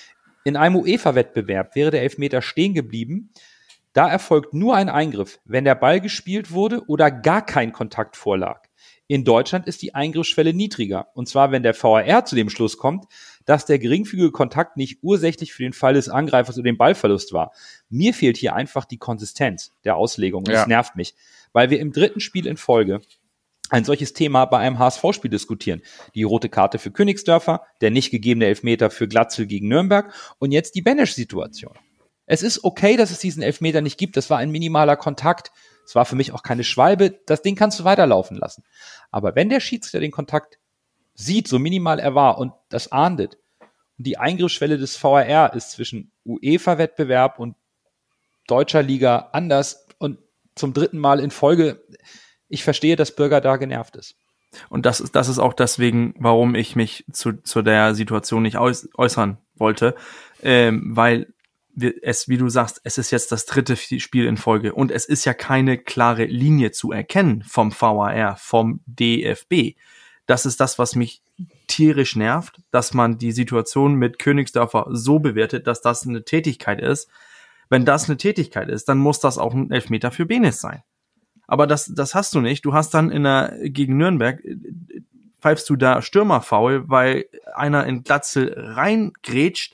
In einem UEFA-Wettbewerb wäre der Elfmeter stehen geblieben. Da erfolgt nur ein Eingriff, wenn der Ball gespielt wurde oder gar kein Kontakt vorlag. In Deutschland ist die Eingriffsschwelle niedriger. Und zwar, wenn der V A R zu dem Schluss kommt, dass der geringfügige Kontakt nicht ursächlich für den Fall des Angreifers oder den Ballverlust war. Mir fehlt hier einfach die Konsistenz der Auslegung. Und ja. das nervt mich, weil wir im dritten Spiel in Folge ein solches Thema bei einem H S V-Spiel diskutieren. Die rote Karte für Königsdörfer, der nicht gegebene Elfmeter für Glatzel gegen Nürnberg und jetzt die Benesch-Situation. Es ist okay, dass es diesen Elfmeter nicht gibt. Das war ein minimaler Kontakt. Es war für mich auch keine Schwalbe. Das Ding kannst du weiterlaufen lassen. Aber wenn der Schiedsrichter den Kontakt sieht, so minimal er war und das ahndet, und die Eingriffsschwelle des V A R ist zwischen UEFA-Wettbewerb und deutscher Liga anders und zum dritten Mal in Folge, ich verstehe, dass Bürger da genervt ist. Und das ist, das ist auch deswegen, warum ich mich zu, zu der Situation nicht äuß, äußern wollte, ähm, weil wir, es, wie du sagst, es ist jetzt das dritte Spiel in Folge und es ist ja keine klare Linie zu erkennen vom V A R, vom D F B. Das ist das, was mich tierisch nervt, dass man die Situation mit Königsdörfer so bewertet, dass das eine Tätigkeit ist. Wenn das eine Tätigkeit ist, dann muss das auch ein Elfmeter für Benes sein. Aber das, das hast du nicht. Du hast dann in der, gegen Nürnberg, pfeifst du da Stürmerfoul, weil einer in Glatzel reingrätscht,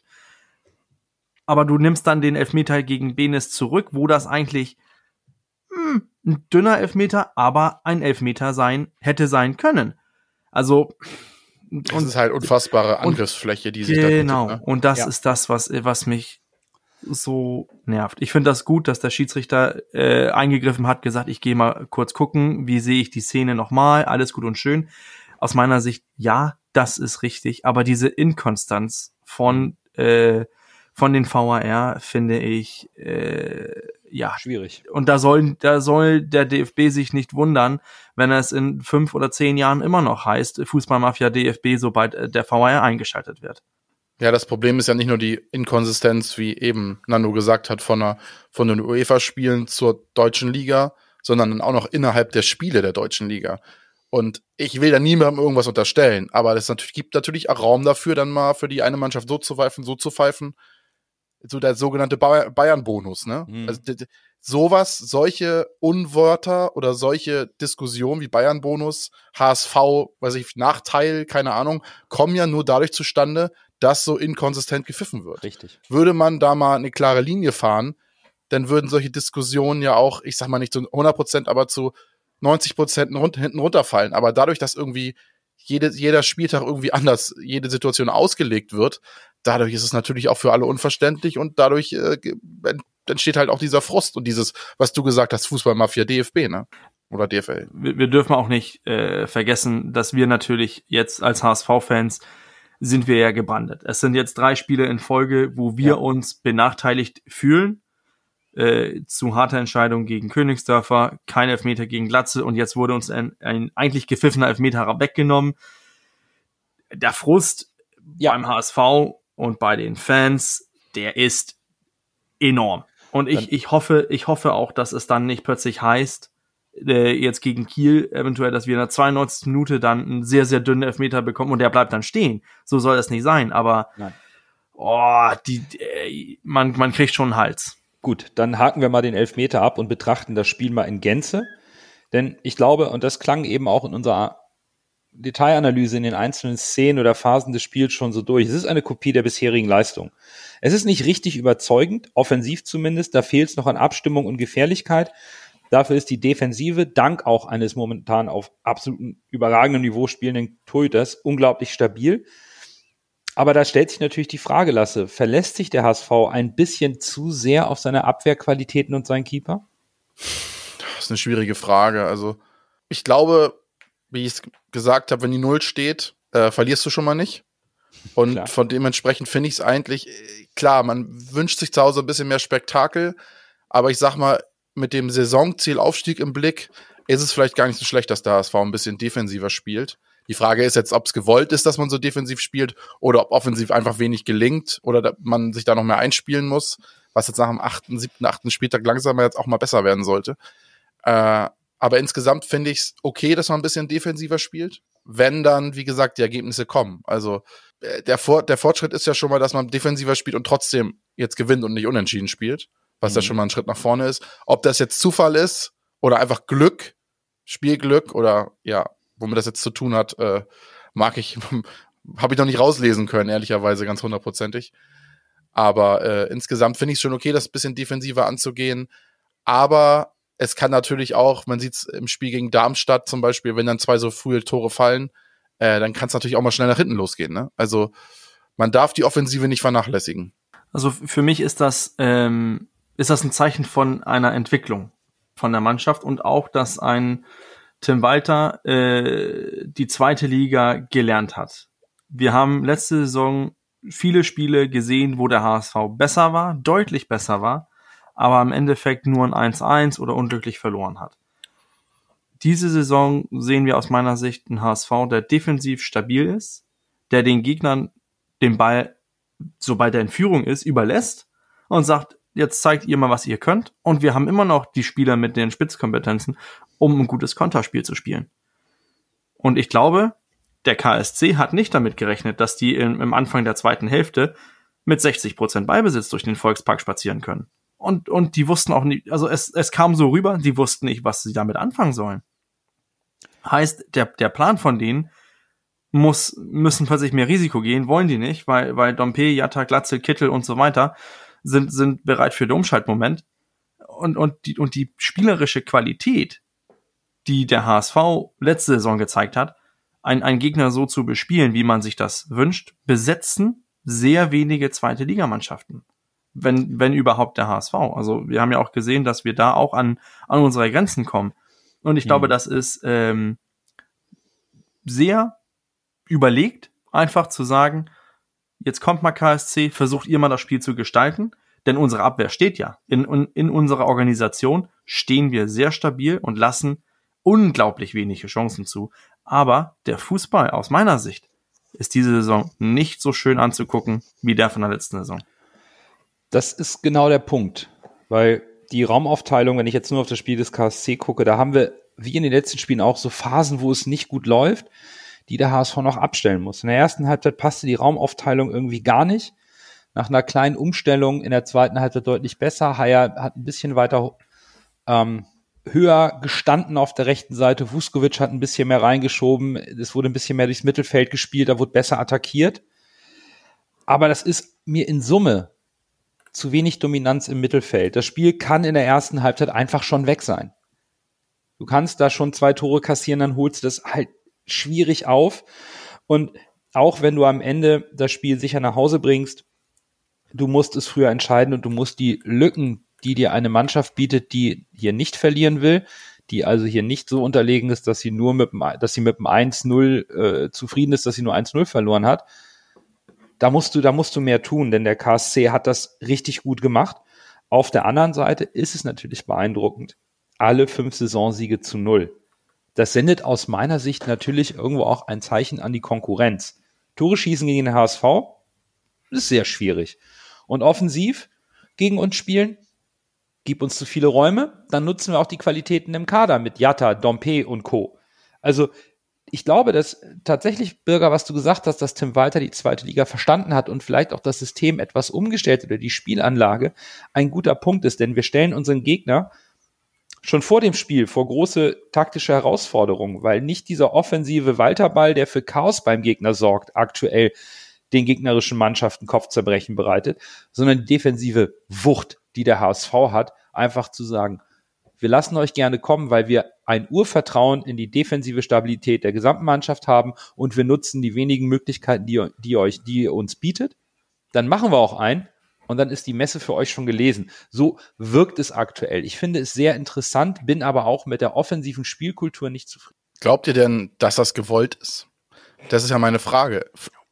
aber du nimmst dann den Elfmeter gegen Benes zurück, wo das eigentlich mh, ein dünner Elfmeter, aber ein Elfmeter sein, hätte sein können. Also, das und, ist halt unfassbare Angriffsfläche, die sich da bietet, genau. Ne? Und das Ja. ist das, was, was mich so nervt. Ich finde das gut, dass der Schiedsrichter äh, eingegriffen hat, gesagt, ich gehe mal kurz gucken, wie sehe ich die Szene nochmal, alles gut und schön. Aus meiner Sicht, ja, das ist richtig, aber diese Inkonstanz von äh, von den V A R finde ich äh, ja Schwierig. und da soll da soll der D F B sich nicht wundern, wenn es in fünf oder zehn Jahren immer noch heißt Fußballmafia D F B, sobald äh, der V A R eingeschaltet wird. Ja, das Problem ist ja nicht nur die Inkonsistenz, wie eben Nando gesagt hat, von, einer, von den UEFA-Spielen zur deutschen Liga, sondern dann auch noch innerhalb der Spiele der deutschen Liga. Und ich will da niemandem irgendwas unterstellen, aber es natürlich, gibt natürlich auch Raum dafür, dann mal für die eine Mannschaft so zu pfeifen, so zu pfeifen. So der sogenannte Bayern-Bonus, ne? Mhm. Also d- d- sowas, solche Unwörter oder solche Diskussionen wie Bayern-Bonus, H S V, weiß ich, Nachteil, keine Ahnung, kommen ja nur dadurch zustande, dass so inkonsistent gepfiffen wird. Richtig. Würde man da mal eine klare Linie fahren, dann würden solche Diskussionen ja auch, ich sag mal nicht zu hundert Prozent, aber zu neunzig Prozent hinten runterfallen. Aber dadurch, dass irgendwie jede, jeder Spieltag irgendwie anders, jede Situation ausgelegt wird, dadurch ist es natürlich auch für alle unverständlich und dadurch äh, entsteht halt auch dieser Frust und dieses, was du gesagt hast, Fußballmafia D F B, ne? Oder D F L. Wir, wir dürfen auch nicht äh, vergessen, dass wir natürlich jetzt als H S V-Fans sind wir ja gebrandet. Es sind jetzt drei Spiele in Folge, wo wir Ja. uns benachteiligt fühlen. Äh, zu harter Entscheidung gegen Königsdörfer, kein Elfmeter gegen Glatzel und jetzt wurde uns ein, ein eigentlich gepfiffener Elfmeter weggenommen. Der Frust Ja. beim H S V und bei den Fans, der ist enorm. Und ich, Dann- ich hoffe, ich hoffe auch, dass es dann nicht plötzlich heißt, äh, jetzt gegen Kiel eventuell, dass wir in der zweiundneunzigsten Minute dann einen sehr, sehr dünnen Elfmeter bekommen und der bleibt dann stehen. So soll das nicht sein, aber Nein. oh, die, äh, man, man kriegt schon einen Hals. Gut, dann haken wir mal den Elfmeter ab und betrachten das Spiel mal in Gänze. Denn ich glaube, und das klang eben auch in unserer Detailanalyse in den einzelnen Szenen oder Phasen des Spiels schon so durch. Es ist eine Kopie der bisherigen Leistung. Es ist nicht richtig überzeugend, offensiv zumindest. Da fehlt es noch an Abstimmung und Gefährlichkeit. Dafür ist die Defensive, dank auch eines momentan auf absolutem überragendem Niveau spielenden Torhüters, unglaublich stabil. Aber da stellt sich natürlich die Frage, Lasse, verlässt sich der H S V ein bisschen zu sehr auf seine Abwehrqualitäten und seinen Keeper? Das ist eine schwierige Frage. Also, ich glaube, wie ich es gesagt habe, wenn die Null steht, äh, verlierst du schon mal nicht. Und Klar. von dementsprechend finde ich es eigentlich, klar, man wünscht sich zu Hause ein bisschen mehr Spektakel, aber ich sag mal, mit dem Saisonziel Aufstieg im Blick ist es vielleicht gar nicht so schlecht, dass der H S V ein bisschen defensiver spielt. Die Frage ist jetzt, ob es gewollt ist, dass man so defensiv spielt oder ob offensiv einfach wenig gelingt oder da, man sich da noch mehr einspielen muss, was jetzt nach dem achten, siebten, achten Spieltag langsam jetzt auch mal besser werden sollte. Äh, aber insgesamt finde ich es okay, dass man ein bisschen defensiver spielt, wenn dann, wie gesagt, die Ergebnisse kommen. Also äh, der, Vor- der Fortschritt ist ja schon mal, dass man defensiver spielt und trotzdem jetzt gewinnt und nicht unentschieden spielt, was mhm. ja schon mal ein Schritt nach vorne ist. Ob das jetzt Zufall ist oder einfach Glück, Spielglück oder ja, womit das jetzt zu tun hat, äh, mag ich, habe ich noch nicht rauslesen können, ehrlicherweise, ganz hundertprozentig. Aber äh, insgesamt finde ich es schon okay, das ein bisschen defensiver anzugehen. Aber es kann natürlich auch, man sieht es im Spiel gegen Darmstadt zum Beispiel, wenn dann zwei so frühe Tore fallen, äh, dann kann es natürlich auch mal schnell nach hinten losgehen. Ne? Also man darf die Offensive nicht vernachlässigen. Also für mich ist das, ähm, ist das ein Zeichen von einer Entwicklung von der Mannschaft und auch, dass ein Tim Walter äh, die zweite Liga gelernt hat. Wir haben letzte Saison viele Spiele gesehen, wo der H S V besser war, deutlich besser war, aber im Endeffekt nur ein eins eins oder unglücklich verloren hat. Diese Saison sehen wir aus meiner Sicht einen H S V, der defensiv stabil ist, der den Gegnern den Ball, sobald er in Führung ist, überlässt und sagt, jetzt zeigt ihr mal, was ihr könnt. Und wir haben immer noch die Spieler mit den Spitzkompetenzen, um ein gutes Konterspiel zu spielen. Und ich glaube, der K S C hat nicht damit gerechnet, dass die im, im Anfang der zweiten Hälfte mit sechzig Prozent Ballbesitz durch den Volkspark spazieren können. Und, und die wussten auch nicht, also es, es kam so rüber, die wussten nicht, was sie damit anfangen sollen. Heißt, der, der Plan von denen muss, müssen plötzlich mehr Risiko gehen, wollen die nicht, weil, weil Dompe, Jatta, Glatzel, Kittel und so weiter sind, sind bereit für den Umschaltmoment. Und, und die, und die spielerische Qualität, die der H S V letzte Saison gezeigt hat, ein, einen Gegner so zu bespielen, wie man sich das wünscht, besetzen sehr wenige zweite Ligamannschaften. Wenn, wenn überhaupt der H S V. Also wir haben ja auch gesehen, dass wir da auch an, an unsere Grenzen kommen. Und ich mhm. glaube, das ist ähm, sehr überlegt, einfach zu sagen, jetzt kommt mal K S C, versucht ihr mal das Spiel zu gestalten, denn unsere Abwehr steht ja. In, in, in unserer Organisation stehen wir sehr stabil und lassen unglaublich wenige Chancen zu. Aber der Fußball aus meiner Sicht ist diese Saison nicht so schön anzugucken wie der von der letzten Saison. Das ist genau der Punkt, weil die Raumaufteilung, wenn ich jetzt nur auf das Spiel des K S C gucke, da haben wir, wie in den letzten Spielen auch, so Phasen, wo es nicht gut läuft, die der H S V noch abstellen muss. In der ersten Halbzeit passte die Raumaufteilung irgendwie gar nicht. Nach einer kleinen Umstellung in der zweiten Halbzeit deutlich besser. Haier hat ein bisschen weiter ähm, höher gestanden auf der rechten Seite. Vuskovic hat ein bisschen mehr reingeschoben. Es wurde ein bisschen mehr durchs Mittelfeld gespielt. Da wurde besser attackiert. Aber das ist mir in Summe zu wenig Dominanz im Mittelfeld. Das Spiel kann in der ersten Halbzeit einfach schon weg sein. Du kannst da schon zwei Tore kassieren, dann holst du das halt schwierig auf. Und auch wenn du am Ende das Spiel sicher nach Hause bringst, du musst es früher entscheiden und du musst die Lücken, die dir eine Mannschaft bietet, die hier nicht verlieren will, die also hier nicht so unterlegen ist, dass sie nur mit dem, dass sie mit dem eins null äh, zufrieden ist, dass sie nur eins null verloren hat. Da musst du, da musst du mehr tun, denn der K S C hat das richtig gut gemacht. Auf der anderen Seite ist es natürlich beeindruckend. Alle fünf Saisonsiege zu null. Das sendet aus meiner Sicht natürlich irgendwo auch ein Zeichen an die Konkurrenz. Tore schießen gegen den H S V ist sehr schwierig. Und offensiv gegen uns spielen, gib uns zu viele Räume, dann nutzen wir auch die Qualitäten im Kader mit Jatta, Dompe und Co. Also ich glaube, dass tatsächlich, Birger, was du gesagt hast, dass Tim Walter die zweite Liga verstanden hat und vielleicht auch das System etwas umgestellt oder die Spielanlage ein guter Punkt ist, denn wir stellen unseren Gegner schon vor dem Spiel vor große taktische Herausforderungen, weil nicht dieser offensive Walterball, der für Chaos beim Gegner sorgt, aktuell den gegnerischen Mannschaften Kopfzerbrechen bereitet, sondern die defensive Wucht, die der H S V hat, einfach zu sagen, wir lassen euch gerne kommen, weil wir ein Urvertrauen in die defensive Stabilität der gesamten Mannschaft haben und wir nutzen die wenigen Möglichkeiten, die, die euch, die ihr uns bietet. Dann machen wir auch ein und dann ist die Messe für euch schon gelesen. So wirkt es aktuell. Ich finde es sehr interessant, bin aber auch mit der offensiven Spielkultur nicht zufrieden. Glaubt ihr denn, dass das gewollt ist? Das ist ja meine Frage.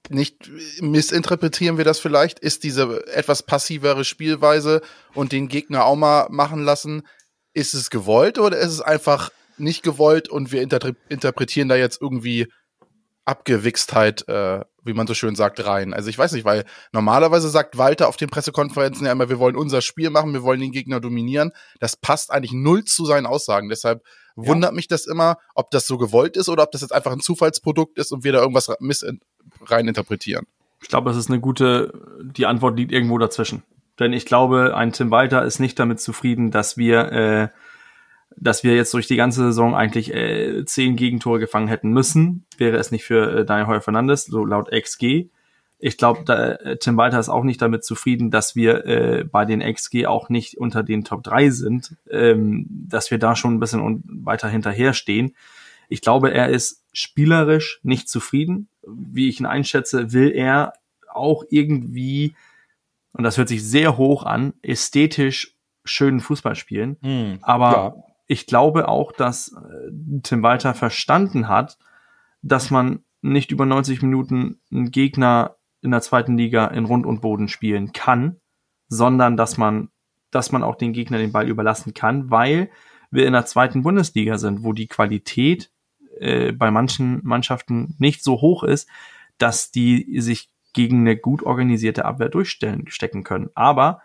nicht missinterpretieren wir das vielleicht? Ist diese etwas passivere Spielweise und den Gegner auch mal machen lassen, ist es gewollt oder ist es einfach nicht gewollt und wir inter- interpretieren da jetzt irgendwie Abgewichstheit, äh, wie man so schön sagt, rein? Also ich weiß nicht, weil normalerweise sagt Walter auf den Pressekonferenzen ja immer, wir wollen unser Spiel machen, wir wollen den Gegner dominieren. Das passt eigentlich null zu seinen Aussagen. Deshalb ja. wundert mich das immer, ob das so gewollt ist oder ob das jetzt einfach ein Zufallsprodukt ist und wir da irgendwas miss- rein interpretieren. Ich glaube, das ist eine gute, die Antwort liegt irgendwo dazwischen. Denn ich glaube, ein Tim Walter ist nicht damit zufrieden, dass wir äh, dass wir jetzt durch die ganze Saison eigentlich äh, zehn Gegentore gefangen hätten müssen, wäre es nicht für äh, Daniel Heuer-Fernandes, so laut X G. Ich glaube, äh, Tim Walter ist auch nicht damit zufrieden, dass wir äh, bei den X G auch nicht unter den Top drei sind, ähm, dass wir da schon ein bisschen un- weiter hinterher stehen. Ich glaube, er ist spielerisch nicht zufrieden. Wie ich ihn einschätze, will er auch irgendwie, und das hört sich sehr hoch an, ästhetisch schönen Fußball spielen. Hm, aber ja. Ich glaube auch, dass äh, Tim Walter verstanden hat, dass man nicht über neunzig Minuten einen Gegner in der zweiten Liga in Rund und Boden spielen kann, sondern dass man, dass man auch den Gegner den Ball überlassen kann, weil wir in der zweiten Bundesliga sind, wo die Qualität äh, bei manchen Mannschaften nicht so hoch ist, dass die sich gegen eine gut organisierte Abwehr durchstellen stecken können. Aber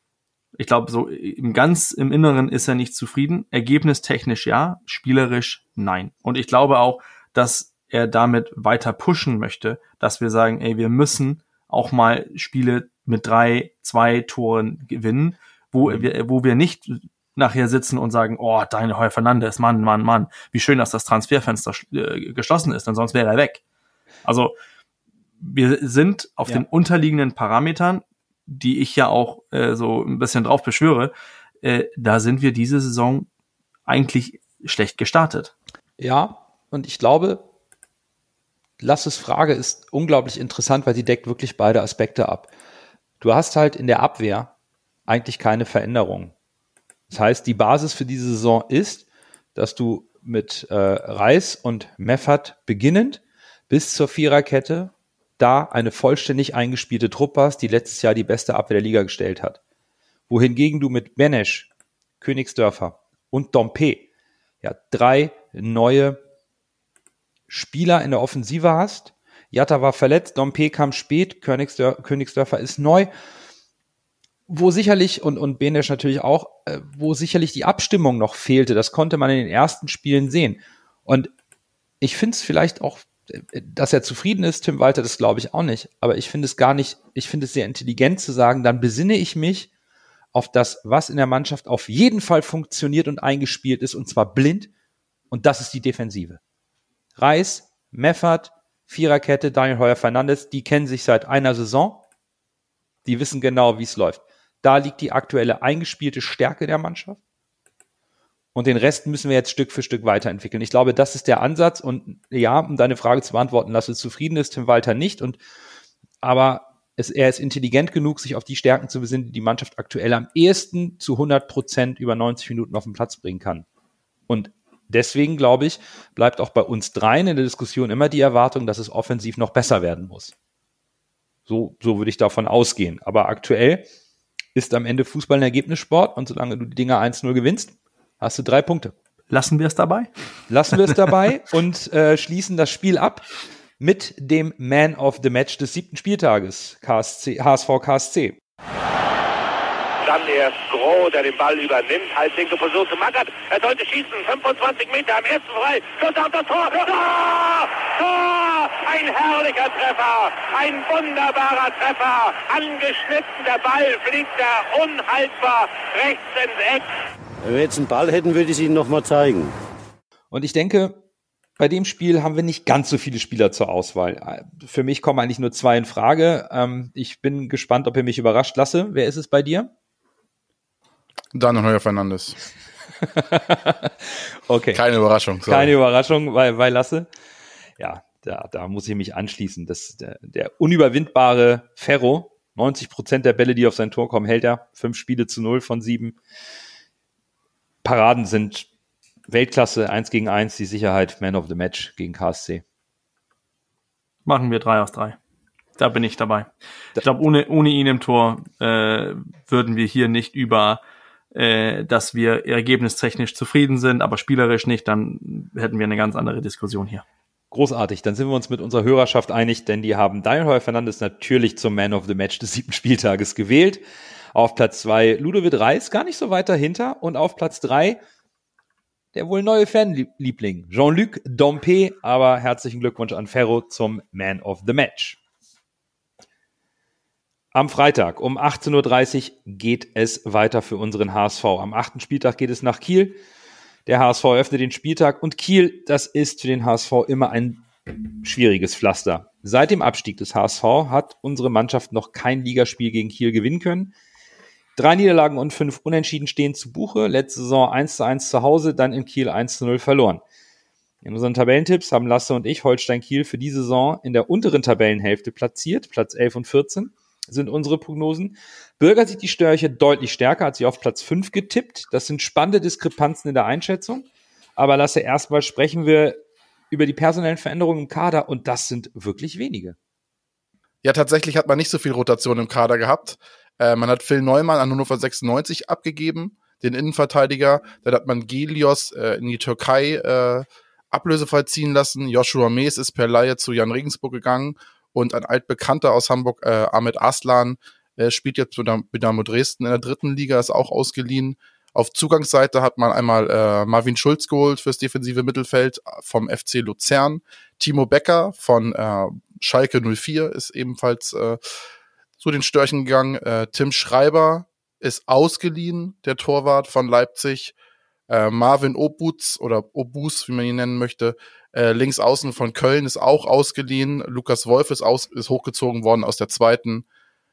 ich glaube, so im ganz im Inneren ist er nicht zufrieden. Ergebnistechnisch ja, spielerisch nein. Und ich glaube auch, dass er damit weiter pushen möchte, dass wir sagen, ey, wir müssen auch mal Spiele mit drei, zwei Toren gewinnen, wo mhm. wir, wo wir nicht nachher sitzen und sagen, oh, Daniel Heuer-Fernandes, Mann, Mann, Mann, wie schön, dass das Transferfenster äh, geschlossen ist, denn sonst wäre er weg. Also wir sind auf ja. den unterliegenden Parametern, die ich ja auch äh, so ein bisschen drauf beschwöre, äh, da sind wir diese Saison eigentlich schlecht gestartet. Ja, und ich glaube, Lasses Frage ist unglaublich interessant, weil sie deckt wirklich beide Aspekte ab. Du hast halt in der Abwehr eigentlich keine Veränderung. Das heißt, die Basis für diese Saison ist, dass du mit äh, Reis und Meffert beginnend bis zur Viererkette da eine vollständig eingespielte Truppe hast, die letztes Jahr die beste Abwehr der Liga gestellt hat. Wohingegen du mit Benesch, Königsdörfer und Dompe ja drei neue Spieler in der Offensive hast. Jatta war verletzt, Dompe kam spät, Königsdör- Königsdörfer ist neu. Wo sicherlich, und, und Benesch natürlich auch, äh, wo sicherlich die Abstimmung noch fehlte, das konnte man in den ersten Spielen sehen. Und ich finde es vielleicht auch, dass er zufrieden ist, Tim Walter, das glaube ich auch nicht. Aber ich finde es gar nicht, ich finde es sehr intelligent zu sagen, dann besinne ich mich auf das, was in der Mannschaft auf jeden Fall funktioniert und eingespielt ist, und zwar blind. Und das ist die Defensive. Reis, Meffert, Viererkette, Daniel Heuer-Fernandes, die kennen sich seit einer Saison. Die wissen genau, wie es läuft. Da liegt die aktuelle eingespielte Stärke der Mannschaft. Und den Rest müssen wir jetzt Stück für Stück weiterentwickeln. Ich glaube, das ist der Ansatz. Und ja, um deine Frage zu beantworten, Lasse, zufrieden ist Tim Walter nicht. Und aber es, er ist intelligent genug, sich auf die Stärken zu besinnen, die die Mannschaft aktuell am ehesten zu hundert Prozent über neunzig Minuten auf den Platz bringen kann. Und deswegen, glaube ich, bleibt auch bei uns dreien in der Diskussion immer die Erwartung, dass es offensiv noch besser werden muss. So, so würde ich davon ausgehen. Aber aktuell ist am Ende Fußball ein Ergebnissport. Und solange du die Dinger eins null gewinnst, hast du drei Punkte. Lassen wir es dabei? Lassen wir es dabei und äh, schließen das Spiel ab mit dem Man of the Match des siebten Spieltages, K S C, H S V K S C. Dann erst Groh, der den Ball übernimmt, Halbwinkel versucht zu Magath. Er sollte schießen, fünfundzwanzig Meter am ersten frei. Schuss auf das Tor. Tor! Tor! Ein herrlicher Treffer, ein wunderbarer Treffer. Angeschnitten, der Ball fliegt da unhaltbar rechts ins Eck. Wenn wir jetzt einen Ball hätten, würde ich es Ihnen nochmal zeigen. Und ich denke, bei dem Spiel haben wir nicht ganz so viele Spieler zur Auswahl. Für mich kommen eigentlich nur zwei in Frage. Ähm, ich bin gespannt, ob ihr mich überrascht. Lasse, wer ist es bei dir? Daniel Heuer-Fernandes. Okay. Keine Überraschung. Sorry. Keine Überraschung bei, bei Lasse. Ja, da, da muss ich mich anschließen. Das, der, der unüberwindbare Ferro, neunzig Prozent der Bälle, die auf sein Tor kommen, hält er. Fünf Spiele zu null von sieben. Paraden sind Weltklasse, eins gegen eins, die Sicherheit, Man of the Match gegen K S C. Machen wir drei aus drei. da bin ich dabei. Ich glaube, ohne, ohne ihn im Tor äh, würden wir hier nicht über, äh, dass wir ergebnistechnisch zufrieden sind, aber spielerisch nicht, dann hätten wir eine ganz andere Diskussion hier. Großartig, dann sind wir uns mit unserer Hörerschaft einig, denn die haben Daniel Heuer Fernandes natürlich zum Man of the Match des siebten Spieltages gewählt. Auf Platz zwei Ludovic Reis, gar nicht so weit dahinter. Und auf Platz drei der wohl neue Fanliebling, Jean-Luc Dompe. Aber herzlichen Glückwunsch an Ferro zum Man of the Match. Am Freitag um achtzehn Uhr dreißig geht es weiter für unseren H S V. Am achten Spieltag geht es nach Kiel. Der H S V eröffnet den Spieltag und Kiel, das ist für den H S V immer ein schwieriges Pflaster. Seit dem Abstieg des H S V hat unsere Mannschaft noch kein Ligaspiel gegen Kiel gewinnen können. Drei Niederlagen und fünf Unentschieden stehen zu Buche. Letzte Saison eins zu eins zu Hause, dann in Kiel eins zu null verloren. In unseren Tabellentipps haben Lasse und ich Holstein Kiel für die Saison in der unteren Tabellenhälfte platziert. Platz elf und vierzehn sind unsere Prognosen. Bürger sieht die Störche deutlich stärker, hat sie auf Platz fünf getippt. Das sind spannende Diskrepanzen in der Einschätzung. Aber Lasse, erstmal sprechen wir über die personellen Veränderungen im Kader und das sind wirklich wenige. Ja, tatsächlich hat man nicht so viel Rotation im Kader gehabt. Äh, man hat Phil Neumann an Hannover sechsundneunzig abgegeben, den Innenverteidiger. Dann hat man Gelios äh, in die Türkei äh, ablösefrei ziehen lassen. Joshua Mees ist per Leihe zu Jan Regensburg gegangen. Und ein altbekannter aus Hamburg, äh, Ahmed Arslan, äh, spielt jetzt mit Dynamo Dresden in der dritten Liga, ist auch ausgeliehen. Auf Zugangsseite hat man einmal äh, Marvin Schulz geholt fürs defensive Mittelfeld vom F C Luzern. Timo Becker von äh, Schalke null vier ist ebenfalls äh, zu den Störchen gegangen. Äh, Tim Schreiber ist ausgeliehen, der Torwart von Leipzig. Äh, Marvin Obuz oder Obus, wie man ihn nennen möchte, äh, links außen von Köln ist auch ausgeliehen. Lukas Wolf ist, aus, ist hochgezogen worden aus der zweiten.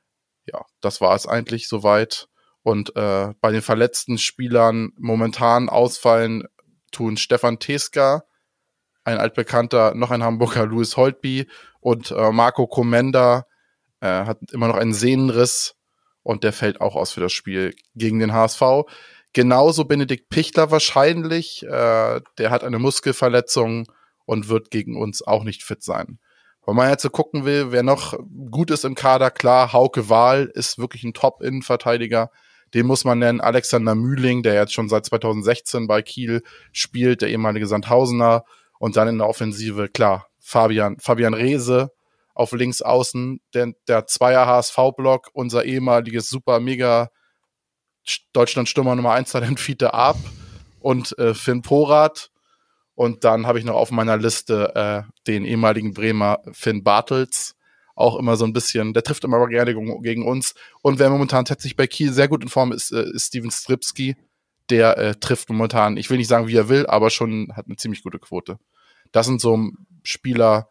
Ja, das war es eigentlich soweit. Und äh, bei den verletzten Spielern momentan ausfallen tun Stefan Teska, ein altbekannter, noch ein Hamburger Louis Holtby und äh, Marco Komenda äh, hat immer noch einen Sehnenriss und der fällt auch aus für das Spiel gegen den H S V. Genauso Benedikt Pichler wahrscheinlich, äh, der hat eine Muskelverletzung und wird gegen uns auch nicht fit sein. Wenn man jetzt so gucken will, wer noch gut ist im Kader, klar, Hauke Wahl ist wirklich ein Top-Innenverteidiger. Den muss man nennen, Alexander Mühling, der jetzt schon seit zweitausendsechzehn bei Kiel spielt, der ehemalige Sandhausener. Und dann in der Offensive, klar, Fabian, Fabian Reese auf links außen, der, der Zweier H S V-Block, unser ehemaliges super-mega Deutschland-Stürmer Nummer eins Talent Fiete Arp und äh, Finn Porath. Und dann habe ich noch auf meiner Liste äh, den ehemaligen Bremer Finn Bartels. Auch immer so ein bisschen, der trifft immer gerne gegen uns. Und wer momentan tatsächlich bei Kiel sehr gut in Form ist, äh, ist Steven Stripski. Der äh, trifft momentan, ich will nicht sagen, wie er will, aber schon hat eine ziemlich gute Quote. Das sind so Spieler,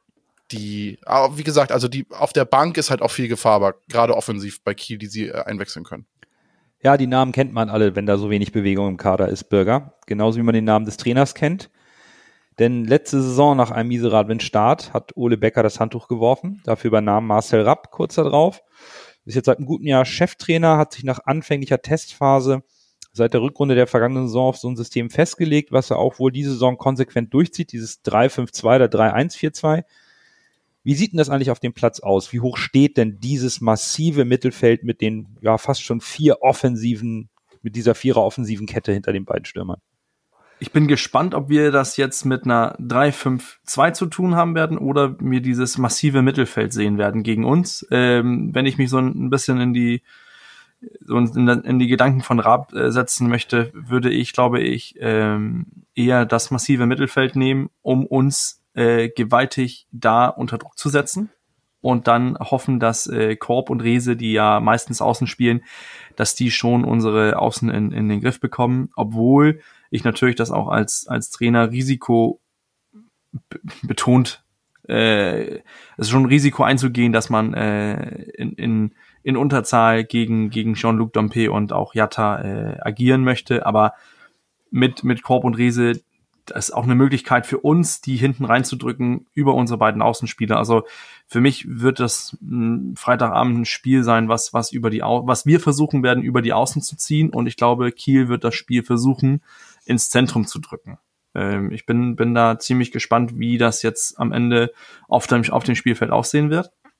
die, wie gesagt, also die auf der Bank ist halt auch viel Gefahr, aber gerade offensiv bei Kiel, die sie äh, einwechseln können. Ja, die Namen kennt man alle, wenn da so wenig Bewegung im Kader ist, Bürger. Genauso wie man den Namen des Trainers kennt. Denn letzte Saison nach einem miserablen Start hat Ole Becker das Handtuch geworfen. Dafür übernahm Marcel Rapp kurz darauf. Ist jetzt seit einem guten Jahr Cheftrainer, hat sich nach anfänglicher Testphase seit der Rückrunde der vergangenen Saison auf so ein System festgelegt, was er auch wohl diese Saison konsequent durchzieht, dieses drei fünf zwei oder drei eins vier zwei. Wie sieht denn das eigentlich auf dem Platz aus? Wie hoch steht denn dieses massive Mittelfeld mit den ja fast schon vier offensiven, mit dieser vierer offensiven Kette hinter den beiden Stürmern? Ich bin gespannt, ob wir das jetzt mit einer drei fünf zwei zu tun haben werden oder wir dieses massive Mittelfeld sehen werden gegen uns. Ähm, wenn ich mich so ein bisschen in die so in, in die Gedanken von Raab äh, setzen möchte, würde ich, glaube ich, ähm, eher das massive Mittelfeld nehmen, um uns äh, gewaltig da unter Druck zu setzen und dann hoffen, dass äh, Korb und Reese, die ja meistens außen spielen, dass die schon unsere Außen in, in den Griff bekommen, obwohl ich natürlich das auch als als Trainer Risiko b- betont, äh, es ist schon ein Risiko einzugehen, dass man äh, in, in in Unterzahl gegen gegen Jean-Luc Dompe und auch Jatta äh, agieren möchte, aber mit mit Korb und Reese, das ist auch eine Möglichkeit für uns, die hinten reinzudrücken über unsere beiden Außenspieler. Also für mich wird das ein Freitagabend ein Spiel sein, was was über die Au- was wir versuchen werden, über die Außen zu ziehen, und ich glaube, Kiel wird das Spiel versuchen, ins Zentrum zu drücken. Ähm, ich bin bin da ziemlich gespannt, wie das jetzt am Ende auf dem auf dem Spielfeld aussehen wird.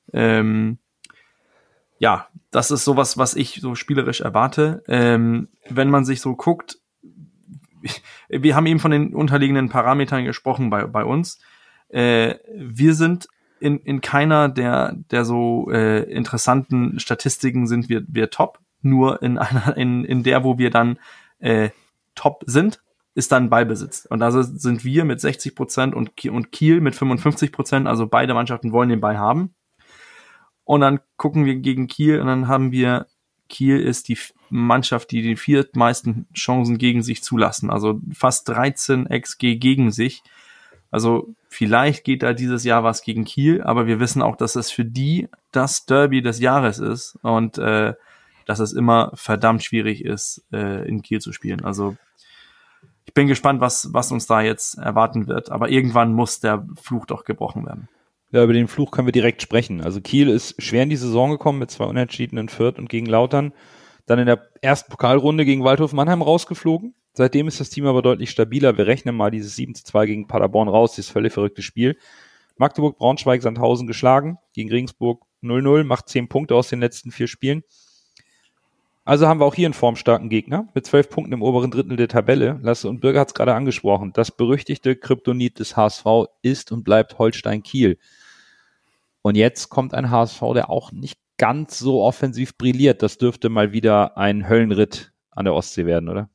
Ähm, ja, das ist sowas, was ich so spielerisch erwarte. Ähm, wenn man sich so guckt, wir haben eben von den unterliegenden Parametern gesprochen bei, bei uns. Äh, wir sind in, in keiner der, der so äh, interessanten Statistiken sind wir, wir top. Nur in einer, in, in der, wo wir dann äh, top sind, ist dann Ballbesitz. Und da sind wir mit sechzig Prozent und, und Kiel mit fünfundfünfzig Prozent. Also beide Mannschaften wollen den Ball haben. Und dann gucken wir gegen Kiel und dann haben wir, Kiel ist die Mannschaft, die die viertmeisten Chancen gegen sich zulassen. Also fast dreizehn X G gegen sich. Also vielleicht geht da dieses Jahr was gegen Kiel, aber wir wissen auch, dass es für die das Derby des Jahres ist und äh, dass es immer verdammt schwierig ist, äh, in Kiel zu spielen. Also ich bin gespannt, was, was uns da jetzt erwarten wird, aber irgendwann muss der Fluch doch gebrochen werden. Ja, über den Fluch können wir direkt sprechen. Also Kiel ist schwer in die Saison gekommen mit zwei Unentschieden in Fürth und gegen Lautern. Dann in der ersten Pokalrunde gegen Waldhof Mannheim rausgeflogen. Seitdem ist das Team aber deutlich stabiler. Wir rechnen mal dieses sieben zu zwei gegen Paderborn raus, dieses völlig verrückte Spiel. Magdeburg, Braunschweig, Sandhausen geschlagen. Gegen Regensburg null null, macht zehn Punkte aus den letzten vier Spielen. Also haben wir auch hier einen formstarken Gegner mit zwölf Punkten im oberen Drittel der Tabelle. Lasse und Bürger hat es gerade angesprochen. Das berüchtigte Kryptonit des H S V ist und bleibt Holstein Kiel. Und jetzt kommt ein H S V, der auch nicht ganz so offensiv brilliert. Das dürfte mal wieder ein Höllenritt an der Ostsee werden, oder?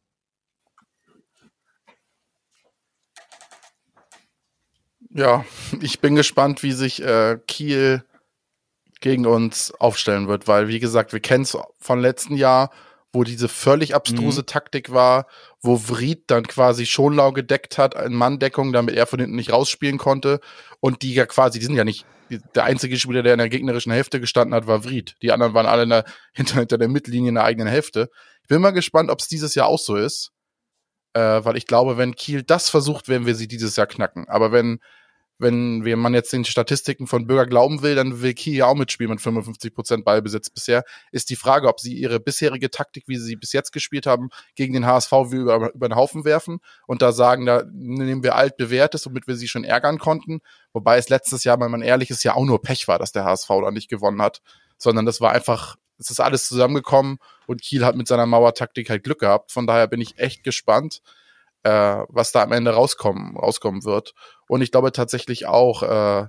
Ja, ich bin gespannt, wie sich äh, Kiel gegen uns aufstellen wird, weil, wie gesagt, wir kennen es von letzten Jahr, wo diese völlig abstruse mhm. Taktik war, wo Vried dann quasi Schonlau gedeckt hat in Manndeckung, damit er von hinten nicht rausspielen konnte und die ja quasi, die sind ja nicht, der einzige Spieler, der in der gegnerischen Hälfte gestanden hat, war Vried. Die anderen waren alle in der, hinter, hinter der Mittellinie in der eigenen Hälfte. Ich bin mal gespannt, ob es dieses Jahr auch so ist, äh, weil ich glaube, wenn Kiel das versucht, werden wir sie dieses Jahr knacken. Aber wenn Wenn wir man jetzt den Statistiken von Bürger glauben will, dann will Kiel ja auch mitspielen mit fünfundfünfzig Prozent Ballbesitz bisher. Ist die Frage, ob sie ihre bisherige Taktik, wie sie bis jetzt gespielt haben, gegen den H S V über, über den Haufen werfen und da sagen, da nehmen wir altbewährtes, womit wir sie schon ärgern konnten. Wobei es letztes Jahr, wenn man ehrlich ist, ja auch nur Pech war, dass der H S V da nicht gewonnen hat. Sondern das war einfach, es ist alles zusammengekommen und Kiel hat mit seiner Mauertaktik halt Glück gehabt. Von daher bin ich echt gespannt, Äh, was da am Ende rauskommen, rauskommen wird. Und ich glaube tatsächlich auch, äh,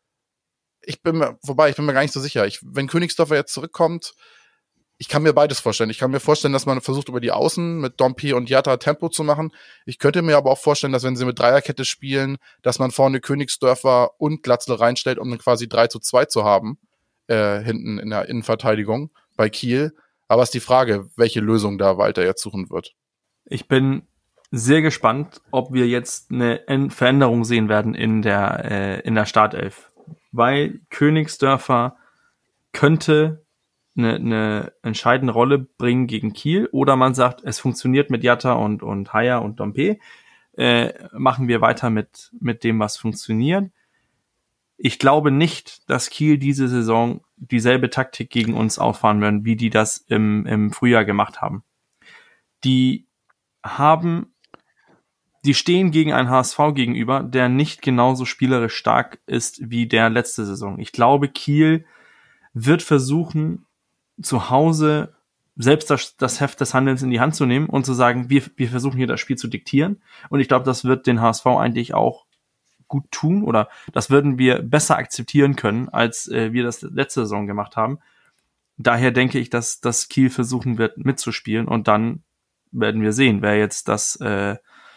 ich bin mir, wobei, ich bin mir gar nicht so sicher. Ich, wenn Königsdorfer jetzt zurückkommt, ich kann mir beides vorstellen. Ich kann mir vorstellen, dass man versucht, über die Außen mit Dompe und Jatta Tempo zu machen. Ich könnte mir aber auch vorstellen, dass wenn sie mit Dreierkette spielen, dass man vorne Königsdörfer und Glatzel reinstellt, um dann quasi drei zu zwei zu haben, äh, hinten in der Innenverteidigung bei Kiel. Aber ist die Frage, welche Lösung da Walter jetzt suchen wird. Ich bin sehr gespannt, ob wir jetzt eine Veränderung sehen werden in der äh, in der Startelf, weil Königsdörfer könnte eine, eine entscheidende Rolle bringen gegen Kiel, oder man sagt, es funktioniert mit Jatta und und Haier und Dompe, äh, machen wir weiter mit mit dem, was funktioniert. Ich glaube nicht, dass Kiel diese Saison dieselbe Taktik gegen uns auffahren werden, wie die das im im Frühjahr gemacht haben. Die haben Die stehen gegen einen H S V gegenüber, der nicht genauso spielerisch stark ist wie der letzte Saison. Ich glaube, Kiel wird versuchen, zu Hause selbst das, das Heft des Handelns in die Hand zu nehmen und zu sagen, wir, wir versuchen hier das Spiel zu diktieren. Und ich glaube, das wird den H S V eigentlich auch gut tun, oder das würden wir besser akzeptieren können, als äh, wir das letzte Saison gemacht haben. Daher denke ich, dass, dass Kiel versuchen wird, mitzuspielen, und dann werden wir sehen, wer jetzt das äh,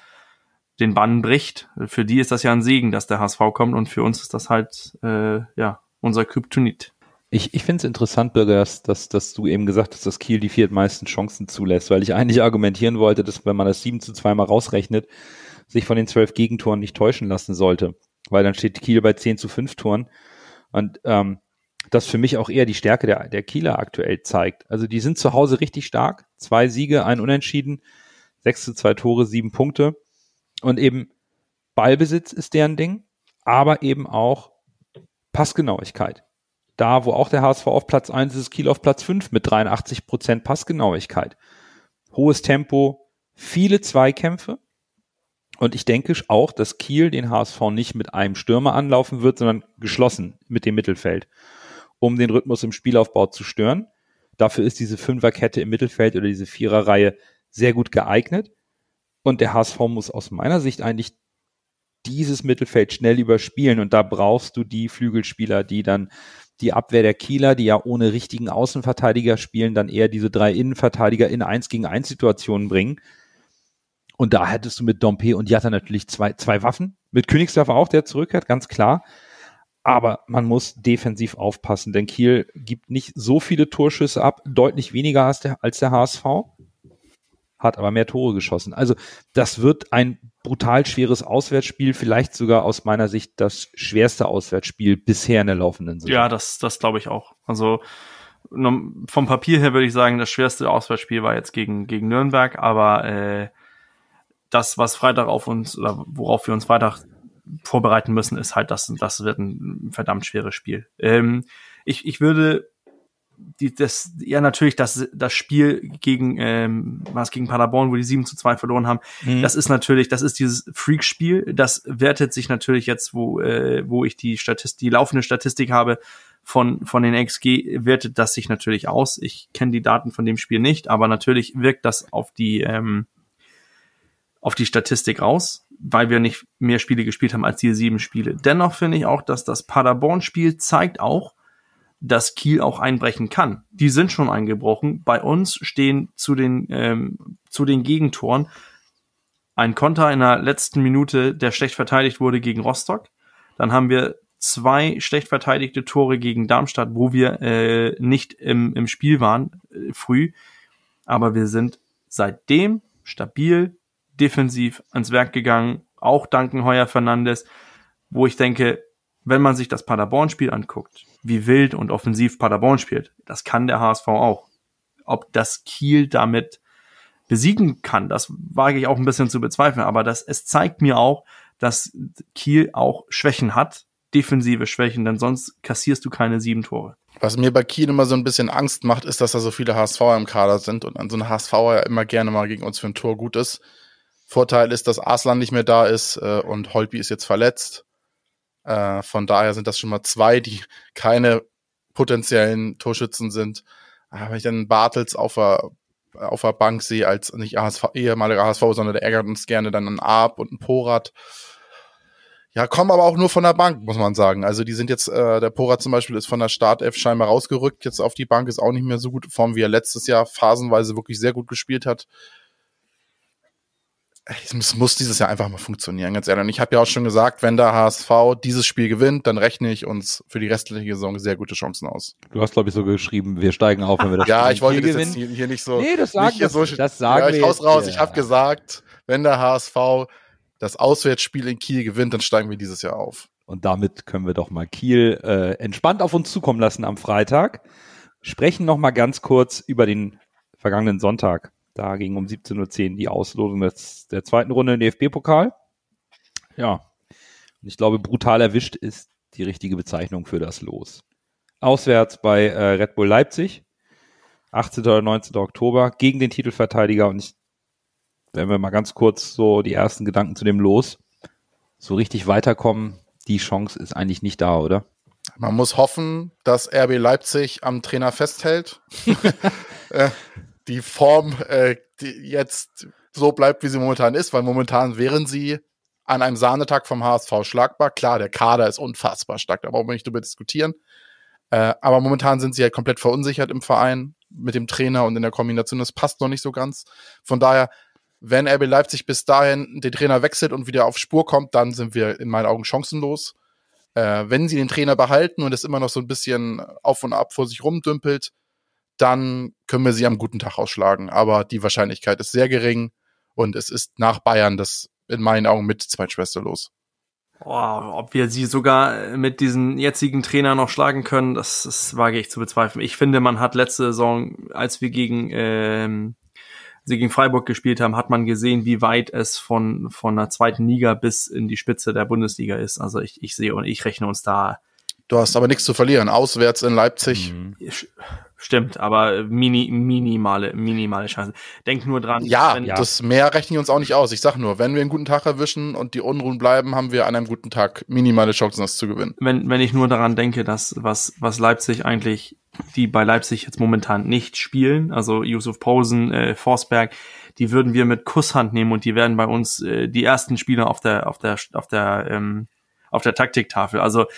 den Bann bricht. Für die ist das ja ein Segen, dass der H S V kommt, und für uns ist das halt äh, ja unser Kryptonit. Ich, ich finde es interessant, Bürger, dass, dass, dass du eben gesagt hast, dass Kiel die viertmeisten Chancen zulässt, weil ich eigentlich argumentieren wollte, dass, wenn man das sieben zu zwei mal rausrechnet, sich von den zwölf Gegentoren nicht täuschen lassen sollte, weil dann steht Kiel bei zehn zu fünf Toren, und ähm, das für mich auch eher die Stärke der, der Kieler aktuell zeigt. Also die sind zu Hause richtig stark, zwei Siege, ein Unentschieden, sechs zu zwei Tore, sieben Punkte. Und eben Ballbesitz ist deren Ding, aber eben auch Passgenauigkeit. Da, wo auch der H S V auf Platz eins ist, Kiel auf Platz fünf mit dreiundachtzig Prozent Passgenauigkeit. Hohes Tempo, viele Zweikämpfe. Und ich denke auch, dass Kiel den H S V nicht mit einem Stürmer anlaufen wird, sondern geschlossen mit dem Mittelfeld. um den Rhythmus im Spielaufbau zu stören. Dafür ist diese Fünferkette im Mittelfeld oder diese Viererreihe sehr gut geeignet. Und der H S V muss aus meiner Sicht eigentlich dieses Mittelfeld schnell überspielen. Und da brauchst du die Flügelspieler, die dann die Abwehr der Kieler, die ja ohne richtigen Außenverteidiger spielen, dann eher diese drei Innenverteidiger in eins gegen eins Situationen bringen. Und da hättest du mit Dompe und Jatta natürlich zwei, zwei Waffen. Mit Königsdörfer auch, der zurückkehrt, ganz klar. Aber man muss defensiv aufpassen, denn Kiel gibt nicht so viele Torschüsse ab, deutlich weniger als der, als der H S V, hat aber mehr Tore geschossen. Also das wird ein brutal schweres Auswärtsspiel, vielleicht sogar aus meiner Sicht das schwerste Auswärtsspiel bisher in der laufenden Saison. Ja, das, das glaube ich auch. Also vom Papier her würde ich sagen, das schwerste Auswärtsspiel war jetzt gegen, gegen Nürnberg, aber äh, das, was Freitag auf uns, oder worauf wir uns Freitag vorbereiten müssen, ist halt, das, das wird ein verdammt schweres Spiel. Ähm, ich, ich würde die, das, ja, natürlich das, das Spiel gegen, ähm, was gegen Paderborn, wo die sieben zu zwei verloren haben, mhm. das ist natürlich, das ist dieses Freak-Spiel, das wertet sich natürlich jetzt, wo, äh, wo ich die Statistik, die laufende Statistik habe von, von den X G, wertet das sich natürlich aus. Ich kenne die Daten von dem Spiel nicht, aber natürlich wirkt das auf die, ähm, auf die Statistik raus, weil wir nicht mehr Spiele gespielt haben als diese sieben Spiele. Dennoch finde ich auch, dass das Paderborn-Spiel zeigt auch, dass Kiel auch einbrechen kann. Die sind schon eingebrochen. Bei uns stehen zu den, ähm, zu den Gegentoren ein Konter in der letzten Minute, der schlecht verteidigt wurde gegen Rostock. Dann haben wir zwei schlecht verteidigte Tore gegen Darmstadt, wo wir äh, nicht im, im Spiel waren, äh, früh. Aber wir sind seitdem stabil, defensiv ans Werk gegangen, auch dank Heuer Fernandes, wo ich denke, wenn man sich das Paderborn-Spiel anguckt, wie wild und offensiv Paderborn spielt, das kann der H S V auch. Ob das Kiel damit besiegen kann, das wage ich auch ein bisschen zu bezweifeln, aber das, es zeigt mir auch, dass Kiel auch Schwächen hat, defensive Schwächen, denn sonst kassierst du keine sieben Tore. Was mir bei Kiel immer so ein bisschen Angst macht, ist, dass da so viele H S V im Kader sind und an so ein H S V ja immer gerne mal gegen uns für ein Tor gut ist. Vorteil ist, dass Arslan nicht mehr da ist äh, und Holtby ist jetzt verletzt. Äh, von daher sind das schon mal zwei, die keine potenziellen Torschützen sind. Aber wenn ich dann Bartels auf der, auf der Bank sehe, als nicht A S V, ehemaliger H S V, sondern der ärgert uns gerne dann einen Arp und einen Porat. Ja, kommen aber auch nur von der Bank, muss man sagen. Also die sind jetzt, äh, der Porat zum Beispiel ist von der Startelf scheinbar rausgerückt, jetzt auf die Bank, ist auch nicht mehr so gut Form, wie er letztes Jahr phasenweise wirklich sehr gut gespielt hat. Es muss dieses Jahr einfach mal funktionieren, ganz ehrlich. Und ich habe ja auch schon gesagt, wenn der H S V dieses Spiel gewinnt, dann rechne ich uns für die restliche Saison sehr gute Chancen aus. Du hast, glaube ich, so geschrieben, wir steigen auf, wenn wir das ja, Spiel ich wollte das gewinnen. jetzt hier nicht so... Nee, das sagen, das, so, das sagen ja, wir ich hau's jetzt, raus. ja. Ich habe gesagt, wenn der H S V das Auswärtsspiel in Kiel gewinnt, dann steigen wir dieses Jahr auf. Und damit können wir doch mal Kiel äh, entspannt auf uns zukommen lassen am Freitag. Sprechen noch mal ganz kurz über den vergangenen Sonntag. Da ging um siebzehn Uhr zehn die Auslosung des, der zweiten Runde im D F B-Pokal. Ja, und ich glaube, brutal erwischt ist die richtige Bezeichnung für das Los. Auswärts bei äh, Red Bull Leipzig, achtzehnten oder neunzehnten Oktober, gegen den Titelverteidiger. Und ich, wenn wir mal ganz kurz so die ersten Gedanken zu dem Los, so richtig weiterkommen, die Chance ist eigentlich nicht da, oder? Man muss hoffen, dass R B Leipzig am Trainer festhält. äh, die Form äh, die jetzt so bleibt, wie sie momentan ist, weil momentan wären sie an einem Sahnetag vom H S V schlagbar. Klar, der Kader ist unfassbar stark, da brauchen wir nicht drüber diskutieren. Äh, aber momentan sind sie halt komplett verunsichert im Verein mit dem Trainer und in der Kombination. Das passt noch nicht so ganz. Von daher, wenn R B Leipzig bis dahin den Trainer wechselt und wieder auf Spur kommt, dann sind wir in meinen Augen chancenlos. Äh, wenn sie den Trainer behalten und es immer noch so ein bisschen auf und ab vor sich rumdümpelt, dann können wir sie am guten Tag ausschlagen. Aber die Wahrscheinlichkeit ist sehr gering und es ist nach Bayern das in meinen Augen mit zweitschwerste Los. Oh, ob wir sie sogar mit diesen jetzigen Trainer noch schlagen können, das, das wage ich zu bezweifeln. Ich finde, man hat letzte Saison, als wir gegen ähm, sie gegen Freiburg gespielt haben, hat man gesehen, wie weit es von von der zweiten Liga bis in die Spitze der Bundesliga ist. Also ich ich sehe und ich rechne uns da Du hast aber nichts zu verlieren. Auswärts in Leipzig. Mhm. Stimmt, aber mini, minimale, minimale Chance. Denk nur dran. Ja, wenn, das mehr rechnen wir uns auch nicht aus. Ich sag nur, wenn wir einen guten Tag erwischen und die Unruhen bleiben, haben wir an einem guten Tag minimale Chancen, das zu gewinnen. Wenn, wenn ich nur daran denke, dass was, was Leipzig eigentlich, die bei Leipzig jetzt momentan nicht spielen, also Yusuf Poulsen, äh, Forsberg, die würden wir mit Kusshand nehmen und die werden bei uns äh, die ersten Spieler auf der, auf der, auf der, ähm, auf der Taktiktafel. Also äh,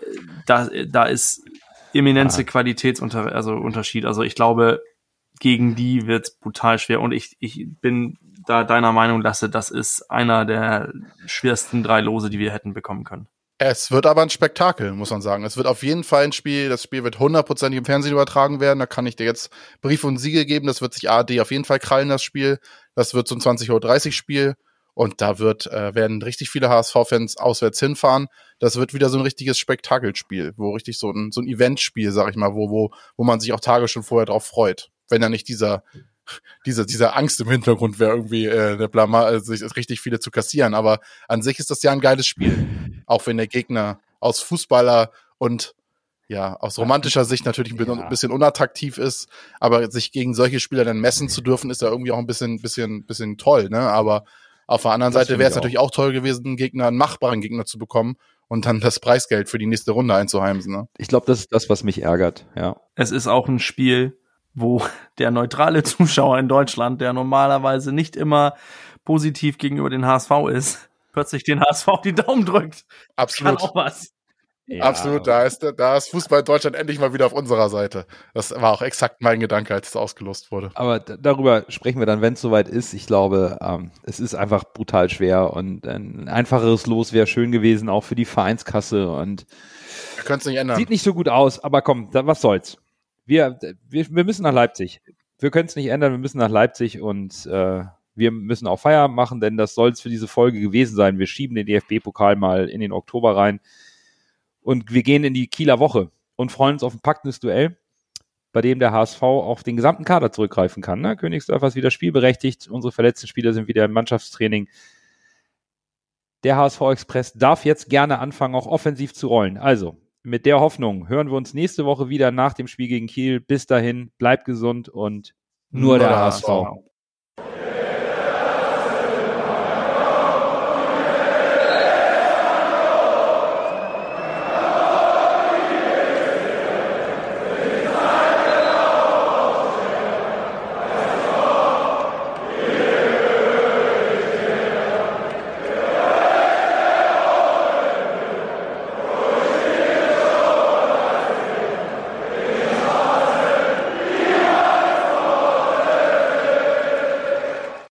da, da ist immense ja. Qualitätsunterschied. Also, Unterschied. Also ich glaube, gegen die wird's brutal schwer. Und ich, ich bin da deiner Meinung, Lasse, das ist einer der schwersten drei Lose, die wir hätten bekommen können. Es wird aber ein Spektakel, muss man sagen. Es wird auf jeden Fall ein Spiel, das Spiel wird hundertprozentig im Fernsehen übertragen werden. Da kann ich dir jetzt Brief und Siegel geben. Das wird sich A R D auf jeden Fall krallen, das Spiel. Das wird so ein zwanzig Uhr dreißig Spiel. Und da wird äh, werden richtig viele H S V-Fans auswärts hinfahren. Das wird wieder so ein richtiges Spektakelspiel, wo richtig so ein so ein Eventspiel, sag ich mal, wo wo wo man sich auch Tage schon vorher drauf freut. Wenn da nicht dieser dieser dieser Angst im Hintergrund wäre, irgendwie äh, eine Blamage, also sich richtig viele zu kassieren. Aber an sich ist das ja ein geiles Spiel, auch wenn der Gegner aus Fußballer und ja aus romantischer Sicht natürlich ein ja. bisschen unattraktiv ist. Aber sich gegen solche Spieler dann messen zu dürfen, ist ja irgendwie auch ein bisschen bisschen bisschen toll, ne? Aber auf der anderen das Seite wäre es natürlich auch toll gewesen, einen Gegner, einen machbaren Gegner zu bekommen und dann das Preisgeld für die nächste Runde einzuheimsen. Ne? Ich glaube, das ist das, was mich ärgert, ja. Es ist auch ein Spiel, wo der neutrale Zuschauer in Deutschland, der normalerweise nicht immer positiv gegenüber den H S V ist, plötzlich den H S V die Daumen drückt. Absolut. Kann auch was. Ja, Absolut, da ist, da ist Fußball in Deutschland endlich mal wieder auf unserer Seite. Das war auch exakt mein Gedanke, als es ausgelost wurde. Aber d- darüber sprechen wir dann, wenn es soweit ist. Ich glaube, ähm, es ist einfach brutal schwer und ein einfacheres Los wäre schön gewesen, auch für die Vereinskasse. Und wir können es nicht ändern. Sieht nicht so gut aus, aber komm, da, was soll's. Wir, wir, wir müssen nach Leipzig. Wir können es nicht ändern, wir müssen nach Leipzig und äh, wir müssen auch Feierabend machen, denn das soll es für diese Folge gewesen sein. Wir schieben den D F B-Pokal mal in den Oktober rein. Und wir gehen in die Kieler Woche und freuen uns auf ein packendes Duell, bei dem der H S V auf den gesamten Kader zurückgreifen kann. Ne? Königsdörfer ist wieder spielberechtigt, unsere verletzten Spieler sind wieder im Mannschaftstraining. Der H S V-Express darf jetzt gerne anfangen, auch offensiv zu rollen. Also, mit der Hoffnung hören wir uns nächste Woche wieder nach dem Spiel gegen Kiel. Bis dahin, bleibt gesund und nur, nur der, der H S V. H S V.